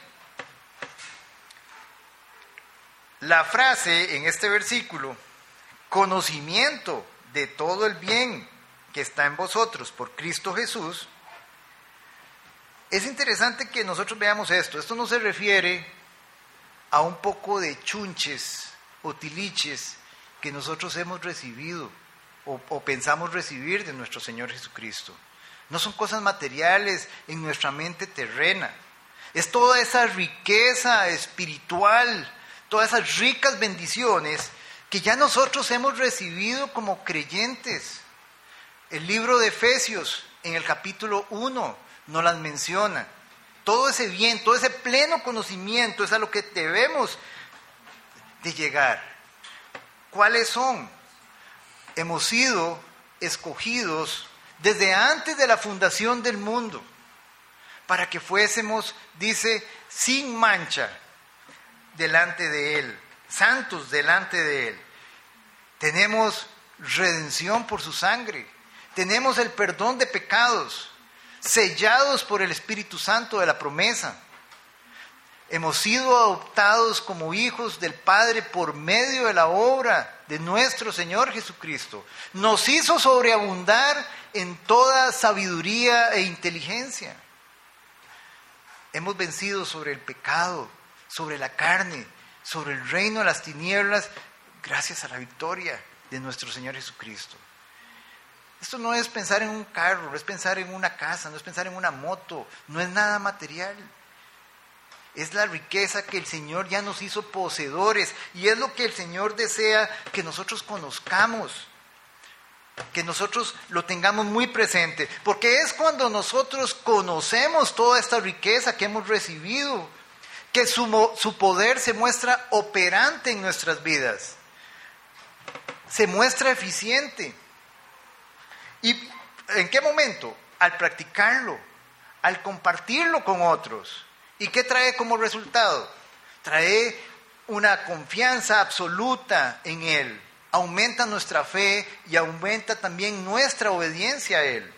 La frase en este versículo, conocimiento de todo el bien que está en vosotros por Cristo Jesús, es interesante que nosotros veamos esto. Esto no se refiere a un poco de chunches o tiliches que nosotros hemos recibido o, o pensamos recibir de nuestro Señor Jesucristo. No son cosas materiales en nuestra mente terrena. Es toda esa riqueza espiritual, todas esas ricas bendiciones que ya nosotros hemos recibido como creyentes. El libro de Efesios, en el capítulo uno, nos las menciona. Todo ese bien, todo ese pleno conocimiento es a lo que debemos de llegar. ¿Cuáles son? hemos sido escogidos desde antes de la fundación del mundo, para que fuésemos, dice, sin mancha delante de Él, santos delante de Él. Tenemos redención por su sangre, tenemos el perdón de pecados, sellados por el Espíritu Santo de la promesa. Hemos sido adoptados como hijos del Padre por medio de la obra de nuestro Señor Jesucristo. Nos hizo sobreabundar en toda sabiduría e inteligencia. Hemos vencido sobre el pecado, sobre la carne, sobre el reino de las tinieblas, gracias a la victoria de nuestro Señor Jesucristo. Esto no es pensar en un carro, no es pensar en una casa, no es pensar en una moto, no es nada material. Es la riqueza que el Señor ya nos hizo poseedores, y es lo que el Señor desea que nosotros conozcamos, que nosotros lo tengamos muy presente, porque es cuando nosotros conocemos toda esta riqueza que hemos recibido, que su, su poder se muestra operante en nuestras vidas, se muestra eficiente. ¿Y en qué momento? Al practicarlo, al compartirlo con otros. ¿Y qué trae como resultado? Trae una confianza absoluta en Él. Aumenta nuestra fe y aumenta también nuestra obediencia a Él.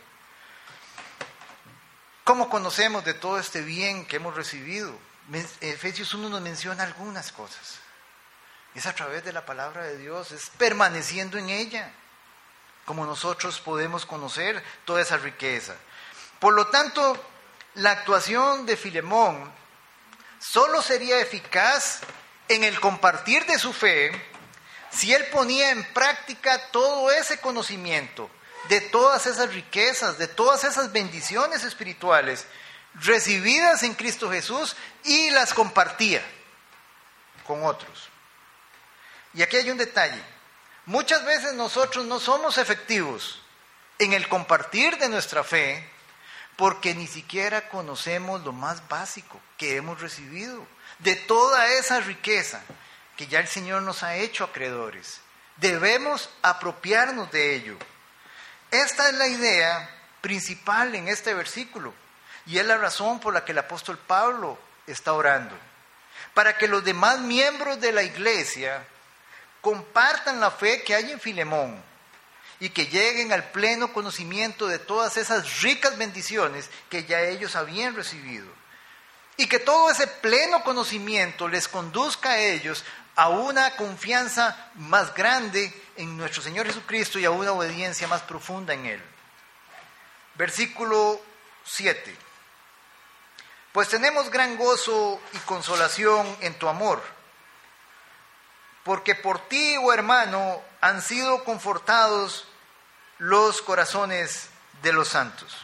¿Cómo conocemos de todo este bien que hemos recibido? Efesios uno nos menciona algunas cosas. Es a través de la palabra de Dios, es permaneciendo en ella, como nosotros podemos conocer toda esa riqueza. Por lo tanto, la actuación de Filemón solo sería eficaz en el compartir de su fe si él ponía en práctica todo ese conocimiento de todas esas riquezas, de todas esas bendiciones espirituales recibidas en Cristo Jesús y las compartía con otros. Y aquí hay un detalle. Muchas veces nosotros no somos efectivos en el compartir de nuestra fe porque ni siquiera conocemos lo más básico que hemos recibido, de toda esa riqueza que ya el Señor nos ha hecho acreedores. Debemos apropiarnos de ello. Esta es la idea principal en este versículo, y es la razón por la que el apóstol Pablo está orando, para que los demás miembros de la iglesia compartan la fe que hay en Filemón y que lleguen al pleno conocimiento de todas esas ricas bendiciones que ya ellos habían recibido. Y que todo ese pleno conocimiento les conduzca a ellos a una confianza más grande en nuestro Señor Jesucristo y a una obediencia más profunda en Él. Versículo siete. Pues tenemos gran gozo y consolación en tu amor, porque por ti, oh hermano, han sido confortados los corazones de los santos.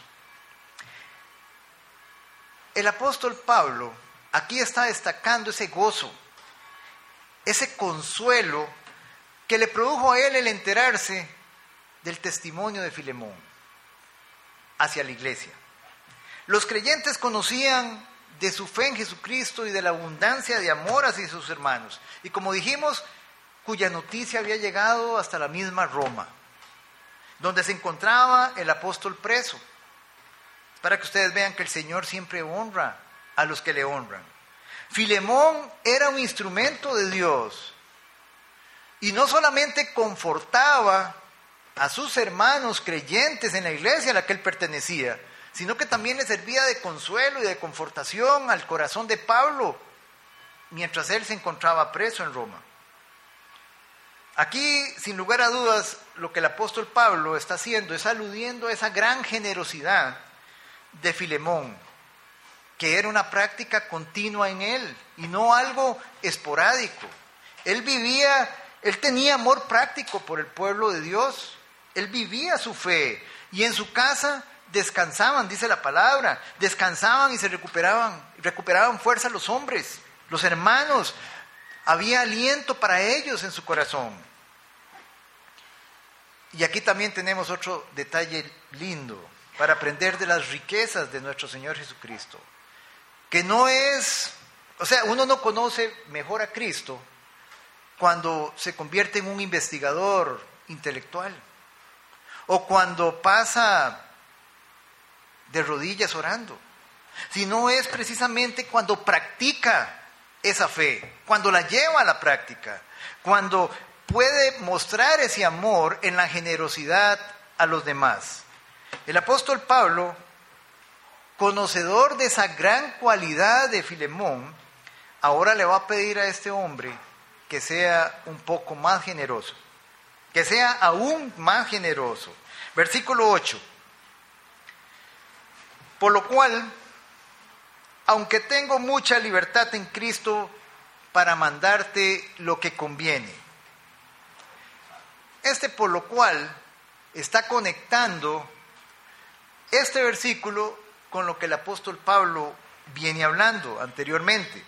El apóstol Pablo aquí está destacando ese gozo, ese consuelo que le produjo a él el enterarse del testimonio de Filemón hacia la iglesia. Los creyentes conocían de su fe en Jesucristo y de la abundancia de amor hacia sus hermanos. Y como dijimos, cuya noticia había llegado hasta la misma Roma, donde se encontraba el apóstol preso, para que ustedes vean que el Señor siempre honra a los que le honran. Filemón era un instrumento de Dios, y no solamente confortaba a sus hermanos creyentes en la iglesia a la que él pertenecía, sino que también le servía de consuelo y de confortación al corazón de Pablo, mientras él se encontraba preso en Roma. Aquí, sin lugar a dudas, lo que el apóstol Pablo está haciendo es aludiendo a esa gran generosidad de Filemón, que era una práctica continua en él y no algo esporádico. Él vivía, él tenía amor práctico por el pueblo de Dios, él vivía su fe y en su casa descansaban, dice la palabra, descansaban y se recuperaban, recuperaban fuerza los hombres, los hermanos, había aliento para ellos en su corazón. Y aquí también tenemos otro detalle lindo para aprender de las riquezas de nuestro Señor Jesucristo, que no es, o sea, uno no conoce mejor a Cristo cuando se convierte en un investigador intelectual, o cuando pasa de rodillas orando, sino es precisamente cuando practica esa fe, cuando la lleva a la práctica, cuando puede mostrar ese amor en la generosidad a los demás. El apóstol Pablo, conocedor de esa gran cualidad de Filemón, ahora le va a pedir a este hombre que sea un poco más generoso, que sea aún más generoso. Versículo ocho. Por lo cual, aunque tengo mucha libertad en Cristo para mandarte lo que conviene. Este por lo cual está conectando este versículo con lo que el apóstol Pablo viene hablando anteriormente.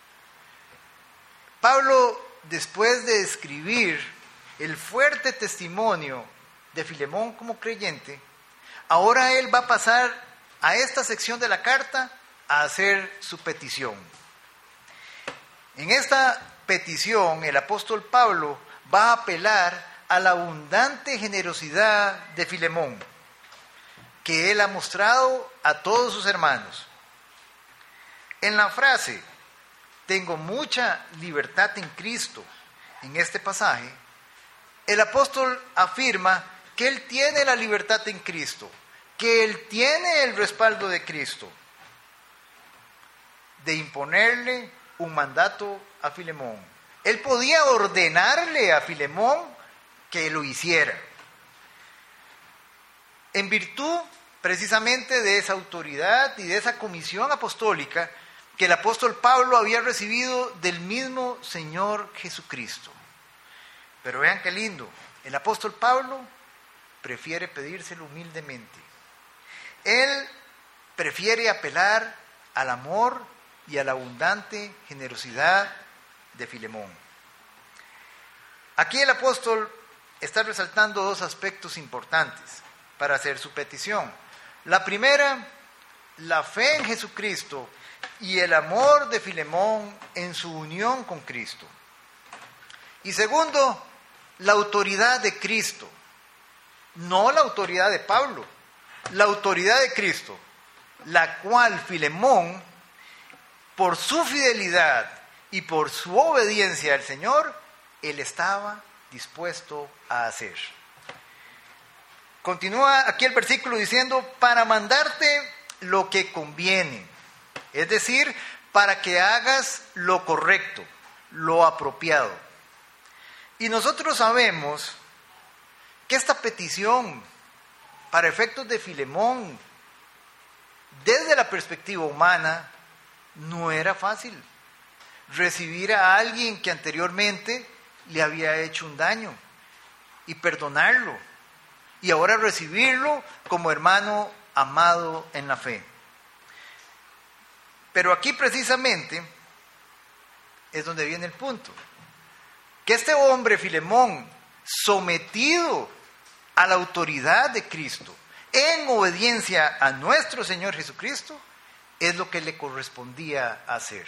Pablo, después de escribir el fuerte testimonio de Filemón como creyente, ahora él va a pasar a esta sección de la carta a hacer su petición. En esta petición, el apóstol Pablo va a apelar a la abundante generosidad de Filemón, que él ha mostrado a todos sus hermanos. En la frase, tengo mucha libertad en Cristo, en este pasaje, el apóstol afirma que él tiene la libertad en Cristo, que él tiene el respaldo de Cristo, de imponerle un mandato a Filemón. Él podía ordenarle a Filemón que lo hiciera. En virtud precisamente de esa autoridad y de esa comisión apostólica que el apóstol Pablo había recibido del mismo Señor Jesucristo. Pero vean qué lindo, el apóstol Pablo prefiere pedírselo humildemente. Él prefiere apelar al amor y a la abundante generosidad de Filemón. Aquí el apóstol está resaltando dos aspectos importantes para hacer su petición. La primera, la fe en Jesucristo y el amor de Filemón en su unión con Cristo. Y segundo, la autoridad de Cristo, no la autoridad de Pablo, la autoridad de Cristo, la cual Filemón, por su fidelidad y por su obediencia al Señor, él estaba dispuesto a hacer. Continúa aquí el versículo diciendo, para mandarte lo que conviene, es decir, para que hagas lo correcto, lo apropiado. Y nosotros sabemos que esta petición, para efectos de Filemón, desde la perspectiva humana, no era fácil. Recibir a alguien que anteriormente le había hecho un daño y perdonarlo, y ahora recibirlo como hermano amado en la fe. Pero aquí precisamente es donde viene el punto, que este hombre Filemón, sometido a la autoridad de Cristo, en obediencia a nuestro Señor Jesucristo, es lo que le correspondía hacer.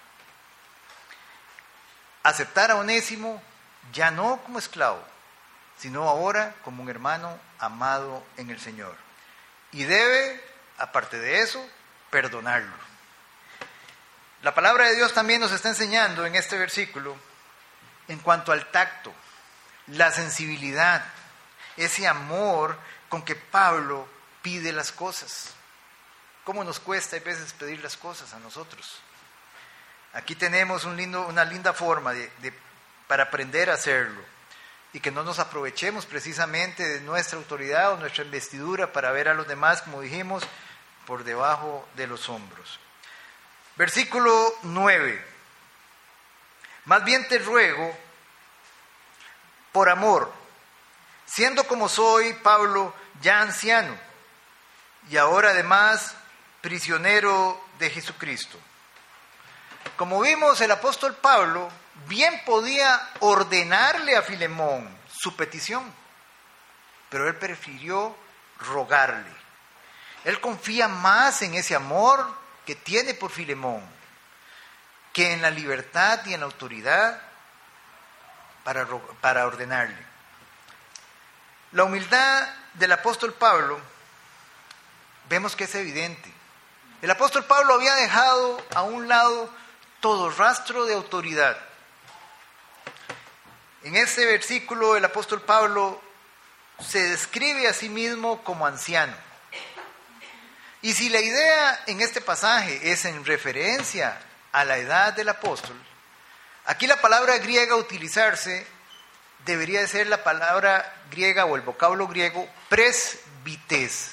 Aceptar a Onésimo ya no como esclavo, sino ahora como un hermano amado en el Señor. Y debe, aparte de eso, perdonarlo. La palabra de Dios también nos está enseñando en este versículo en cuanto al tacto, la sensibilidad, ese amor con que Pablo pide las cosas. ¿Cómo nos cuesta a veces pedir las cosas a nosotros? Aquí tenemos un lindo, una linda forma de, de, para aprender a hacerlo y que no nos aprovechemos precisamente de nuestra autoridad o nuestra investidura para ver a los demás, como dijimos, por debajo de los hombros. Versículo nueve. Más bien te ruego, por amor, siendo como soy, Pablo, ya anciano, y ahora además prisionero de Jesucristo. Como vimos, el apóstol Pablo bien podía ordenarle a Filemón su petición, pero él prefirió rogarle. Él confía más en ese amor que tiene por Filemón que en la libertad y en la autoridad para, para ordenarle. La humildad del apóstol Pablo vemos que es evidente. El apóstol Pablo había dejado a un lado todo rastro de autoridad. En este versículo el apóstol Pablo se describe a sí mismo como anciano. Y si la idea en este pasaje es en referencia a la edad del apóstol, aquí la palabra griega a utilizarse debería de ser la palabra griega o el vocablo griego presbites.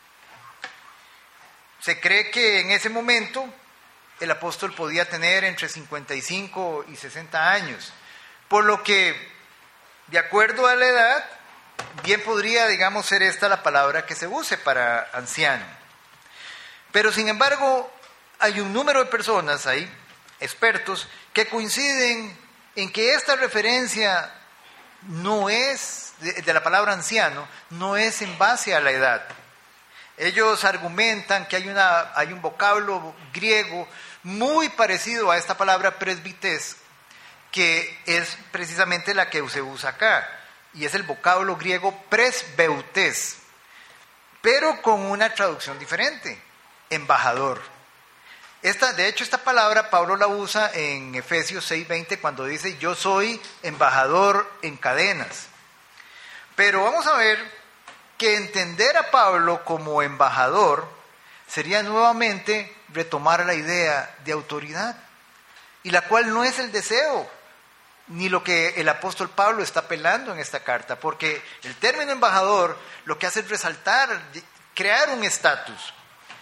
Se cree que en ese momento el apóstol podía tener entre cincuenta y cinco y sesenta años, por lo que, de acuerdo a la edad, bien podría, digamos, ser esta la palabra que se use para anciano. Pero, sin embargo, hay un número de personas ahí, expertos, que coinciden en que esta referencia no es, de, de la palabra anciano, no es en base a la edad. Ellos argumentan que hay, una, hay un vocablo griego muy parecido a esta palabra presbites, que es precisamente la que se usa acá, y es el vocablo griego presbeutes, pero con una traducción diferente, embajador. Esta, de hecho, esta palabra Pablo la usa en Efesios seis veinte cuando dice, yo soy embajador en cadenas. Pero vamos a ver que entender a Pablo como embajador sería nuevamente retomar la idea de autoridad, y la cual no es el deseo, ni lo que el apóstol Pablo está apelando en esta carta, porque el término embajador lo que hace es resaltar, crear un estatus.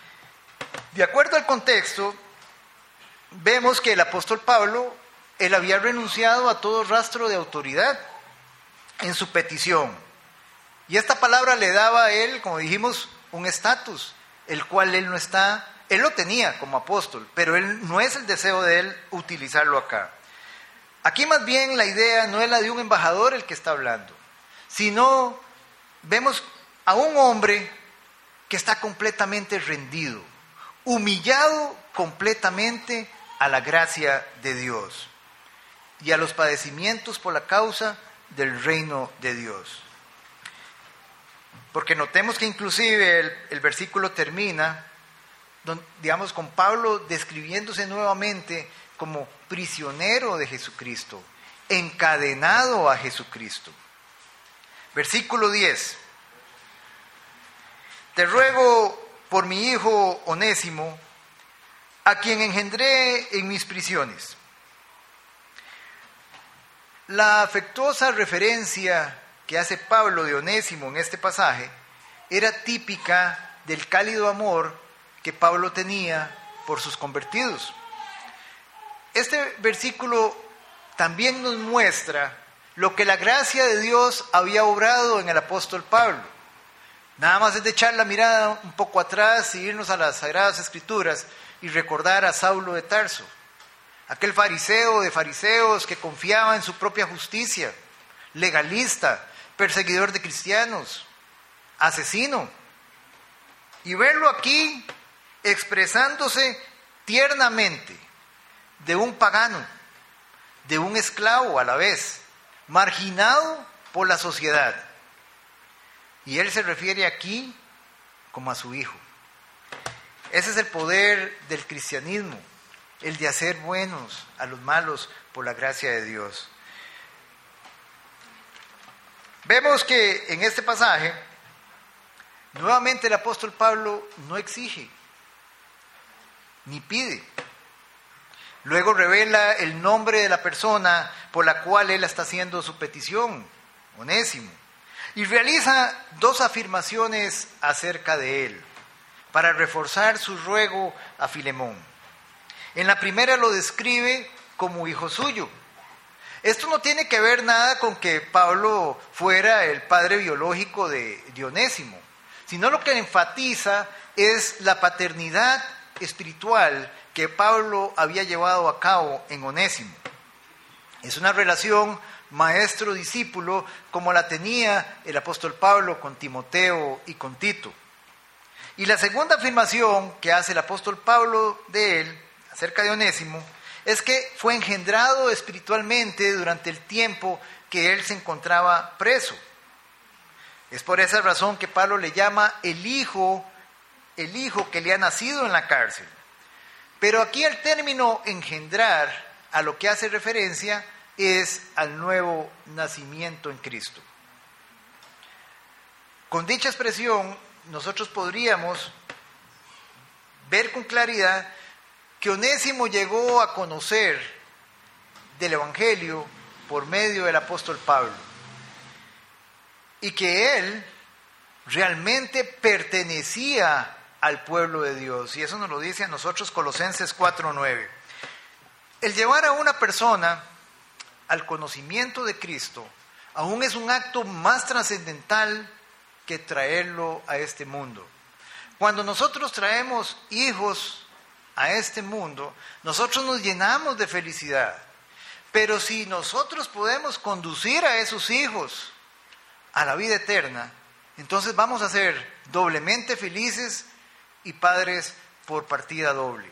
De acuerdo al contexto, vemos que el apóstol Pablo, él había renunciado a todo rastro de autoridad en su petición. Y esta palabra le daba a él, como dijimos, un estatus, el cual él no está, él lo tenía como apóstol, pero él no es el deseo de él utilizarlo acá. Aquí más bien la idea no es la de un embajador el que está hablando, sino vemos a un hombre que está completamente rendido, humillado completamente a la gracia de Dios y a los padecimientos por la causa del reino de Dios. Porque notemos que inclusive el, el versículo termina, don, digamos, con Pablo describiéndose nuevamente como prisionero de Jesucristo, encadenado a Jesucristo. Versículo diez. Te ruego por mi hijo Onésimo, a quien engendré en mis prisiones. La afectuosa referencia que hace Pablo de Onésimo en este pasaje era típica del cálido amor que Pablo tenía por sus convertidos. Este versículo también nos muestra lo que la gracia de Dios había obrado en el apóstol Pablo. Nada más es de echar la mirada un poco atrás y irnos a las Sagradas Escrituras y recordar a Saulo de Tarso, aquel fariseo de fariseos que confiaba en su propia justicia, legalista, perseguidor de cristianos, asesino. Y verlo aquí expresándose tiernamente de un pagano, de un esclavo a la vez, marginado por la sociedad. Y él se refiere aquí como a su hijo. Ese es el poder del cristianismo, el de hacer buenos a los malos por la gracia de Dios. Vemos que en este pasaje, nuevamente el apóstol Pablo no exige, ni pide. Luego revela el nombre de la persona por la cual él está haciendo su petición, Onésimo, y realiza dos afirmaciones acerca de él, para reforzar su ruego a Filemón. En la primera lo describe como hijo suyo. Esto no tiene que ver nada con que Pablo fuera el padre biológico de, de Onésimo, sino lo que enfatiza es la paternidad espiritual que Pablo había llevado a cabo en Onésimo. Es una relación maestro-discípulo como la tenía el apóstol Pablo con Timoteo y con Tito. Y la segunda afirmación que hace el apóstol Pablo de él, acerca de Onésimo, es que fue engendrado espiritualmente durante el tiempo que él se encontraba preso. Es por esa razón que Pablo le llama el hijo, el hijo que le ha nacido en la cárcel. Pero aquí el término engendrar, a lo que hace referencia, es al nuevo nacimiento en Cristo. Con dicha expresión, nosotros podríamos ver con claridad que Onésimo llegó a conocer del Evangelio por medio del apóstol Pablo, y que él realmente pertenecía al pueblo de Dios, y eso nos lo dice a nosotros Colosenses cuatro nueve. El llevar a una persona al conocimiento de Cristo aún es un acto más trascendental que traerlo a este mundo. Cuando nosotros traemos hijos a este mundo, nosotros nos llenamos de felicidad. Pero si nosotros podemos conducir a esos hijos a la vida eterna, entonces vamos a ser doblemente felices y padres por partida doble.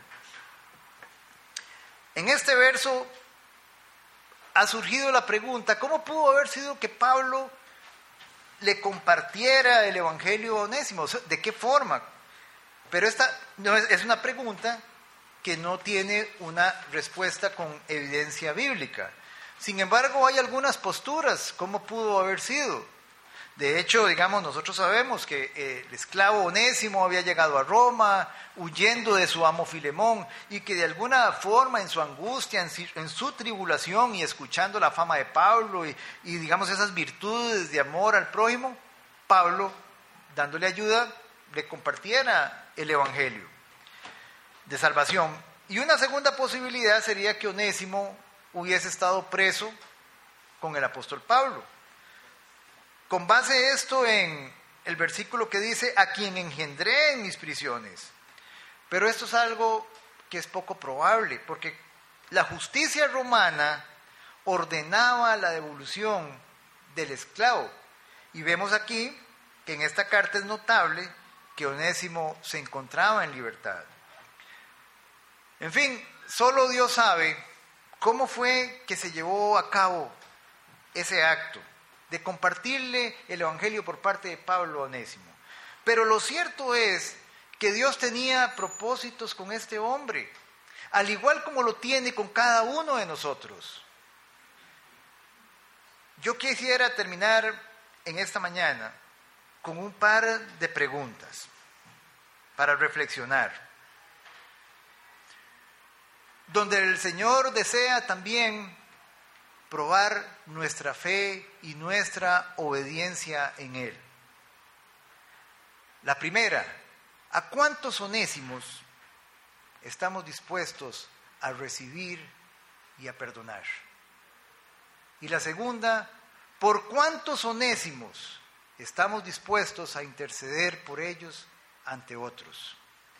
En este verso ha surgido la pregunta, ¿cómo pudo haber sido que Pablo le compartiera el Evangelio a Onésimo? ¿De qué forma? Pero esta no es, es una pregunta que no tiene una respuesta con evidencia bíblica. Sin embargo, hay algunas posturas, ¿cómo pudo haber sido? De hecho, digamos, nosotros sabemos que eh, el esclavo Onésimo había llegado a Roma huyendo de su amo Filemón, y que de alguna forma en su angustia, en, si, en su tribulación, y escuchando la fama de Pablo y, y digamos esas virtudes de amor al prójimo, Pablo, dándole ayuda, le compartiera el Evangelio de salvación. Y una segunda posibilidad sería que Onésimo hubiese estado preso con el apóstol Pablo. Con base esto en el versículo que dice, a quien engendré en mis prisiones. Pero esto es algo que es poco probable, porque la justicia romana ordenaba la devolución del esclavo. Y vemos aquí que en esta carta es notable que Onésimo se encontraba en libertad. En fin, solo Dios sabe cómo fue que se llevó a cabo ese acto de compartirle el Evangelio por parte de Pablo a Onésimo. Pero lo cierto es que Dios tenía propósitos con este hombre, al igual como lo tiene con cada uno de nosotros. Yo quisiera terminar en esta mañana con un par de preguntas para reflexionar, donde el Señor desea también probar nuestra fe y nuestra obediencia en Él. La primera, ¿a cuántos onésimos estamos dispuestos a recibir y a perdonar? Y la segunda, ¿por cuántos onésimos estamos dispuestos a interceder por ellos ante otros?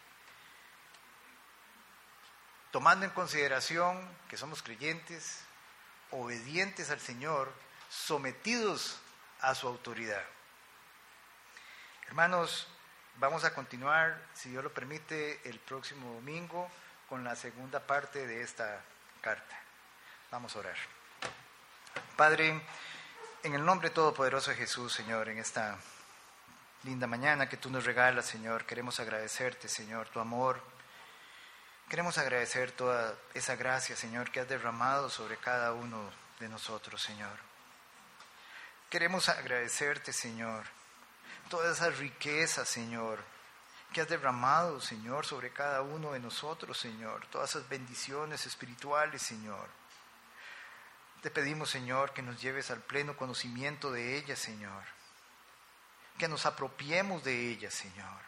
Tomando en consideración que somos creyentes, obedientes al Señor, sometidos a su autoridad. Hermanos, vamos a continuar, si Dios lo permite, el próximo domingo con la segunda parte de esta carta. Vamos a orar. Padre, en el nombre todopoderoso de Jesús, Señor, en esta linda mañana que tú nos regalas, Señor, queremos agradecerte, Señor, tu amor. Queremos agradecer toda esa gracia, Señor, que has derramado sobre cada uno de nosotros, Señor. Queremos agradecerte, Señor, toda esa riqueza, Señor, que has derramado, Señor, sobre cada uno de nosotros, Señor. Todas esas bendiciones espirituales, Señor. Te pedimos, Señor, que nos lleves al pleno conocimiento de ellas, Señor. Que nos apropiemos de ellas, Señor.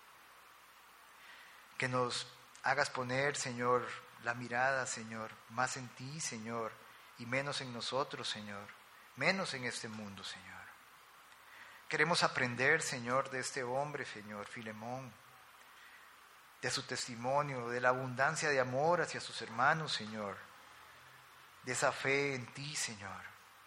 Que nos hagas poner, Señor, la mirada, Señor, más en ti, Señor, y menos en nosotros, Señor, menos en este mundo, Señor. Queremos aprender, Señor, de este hombre, Señor, Filemón, de su testimonio, de la abundancia de amor hacia sus hermanos, Señor, de esa fe en ti, Señor.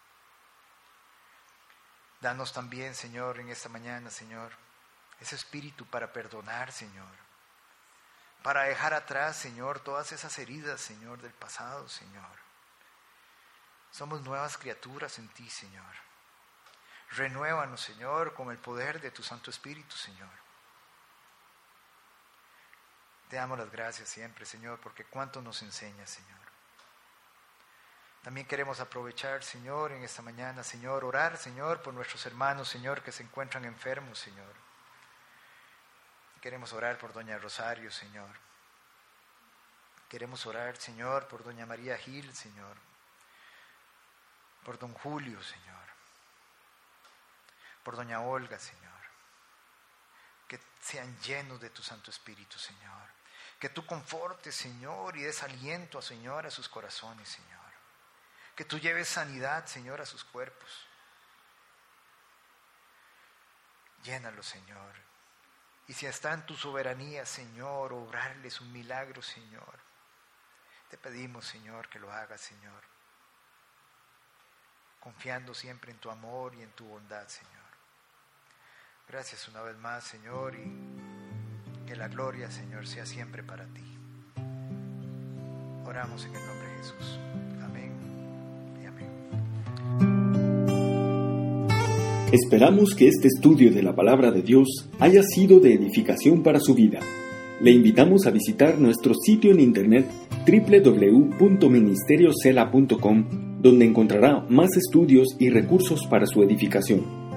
Danos también, Señor, en esta mañana, Señor, ese espíritu para perdonar, Señor, para dejar atrás, Señor, todas esas heridas, Señor, del pasado, Señor. Somos nuevas criaturas en ti, Señor. Renuévanos, Señor, con el poder de tu Santo Espíritu, Señor. Te damos las gracias siempre, Señor, porque cuánto nos enseñas, Señor. También queremos aprovechar, Señor, en esta mañana, Señor, orar, Señor, por nuestros hermanos, Señor, que se encuentran enfermos, Señor. Queremos orar por doña Rosario, Señor. Queremos orar, Señor, por doña María Gil, Señor. Por don Julio, Señor. Por doña Olga, Señor. Que sean llenos de tu Santo Espíritu, Señor. Que tú confortes, Señor, y des aliento, Señor, a sus corazones, Señor. Que tú lleves sanidad, Señor, a sus cuerpos. Llénalos, Señor. Y si está en tu soberanía, Señor, obrarles un milagro, Señor. Te pedimos, Señor, que lo hagas, Señor. Confiando siempre en tu amor y en tu bondad, Señor. Gracias una vez más, Señor, y que la gloria, Señor, sea siempre para ti. Oramos en el nombre de Jesús. Amén y amén. Esperamos que este estudio de la Palabra de Dios haya sido de edificación para su vida. Le invitamos a visitar nuestro sitio en internet doble u doble u doble u punto ministerio cela punto com, donde encontrará más estudios y recursos para su edificación.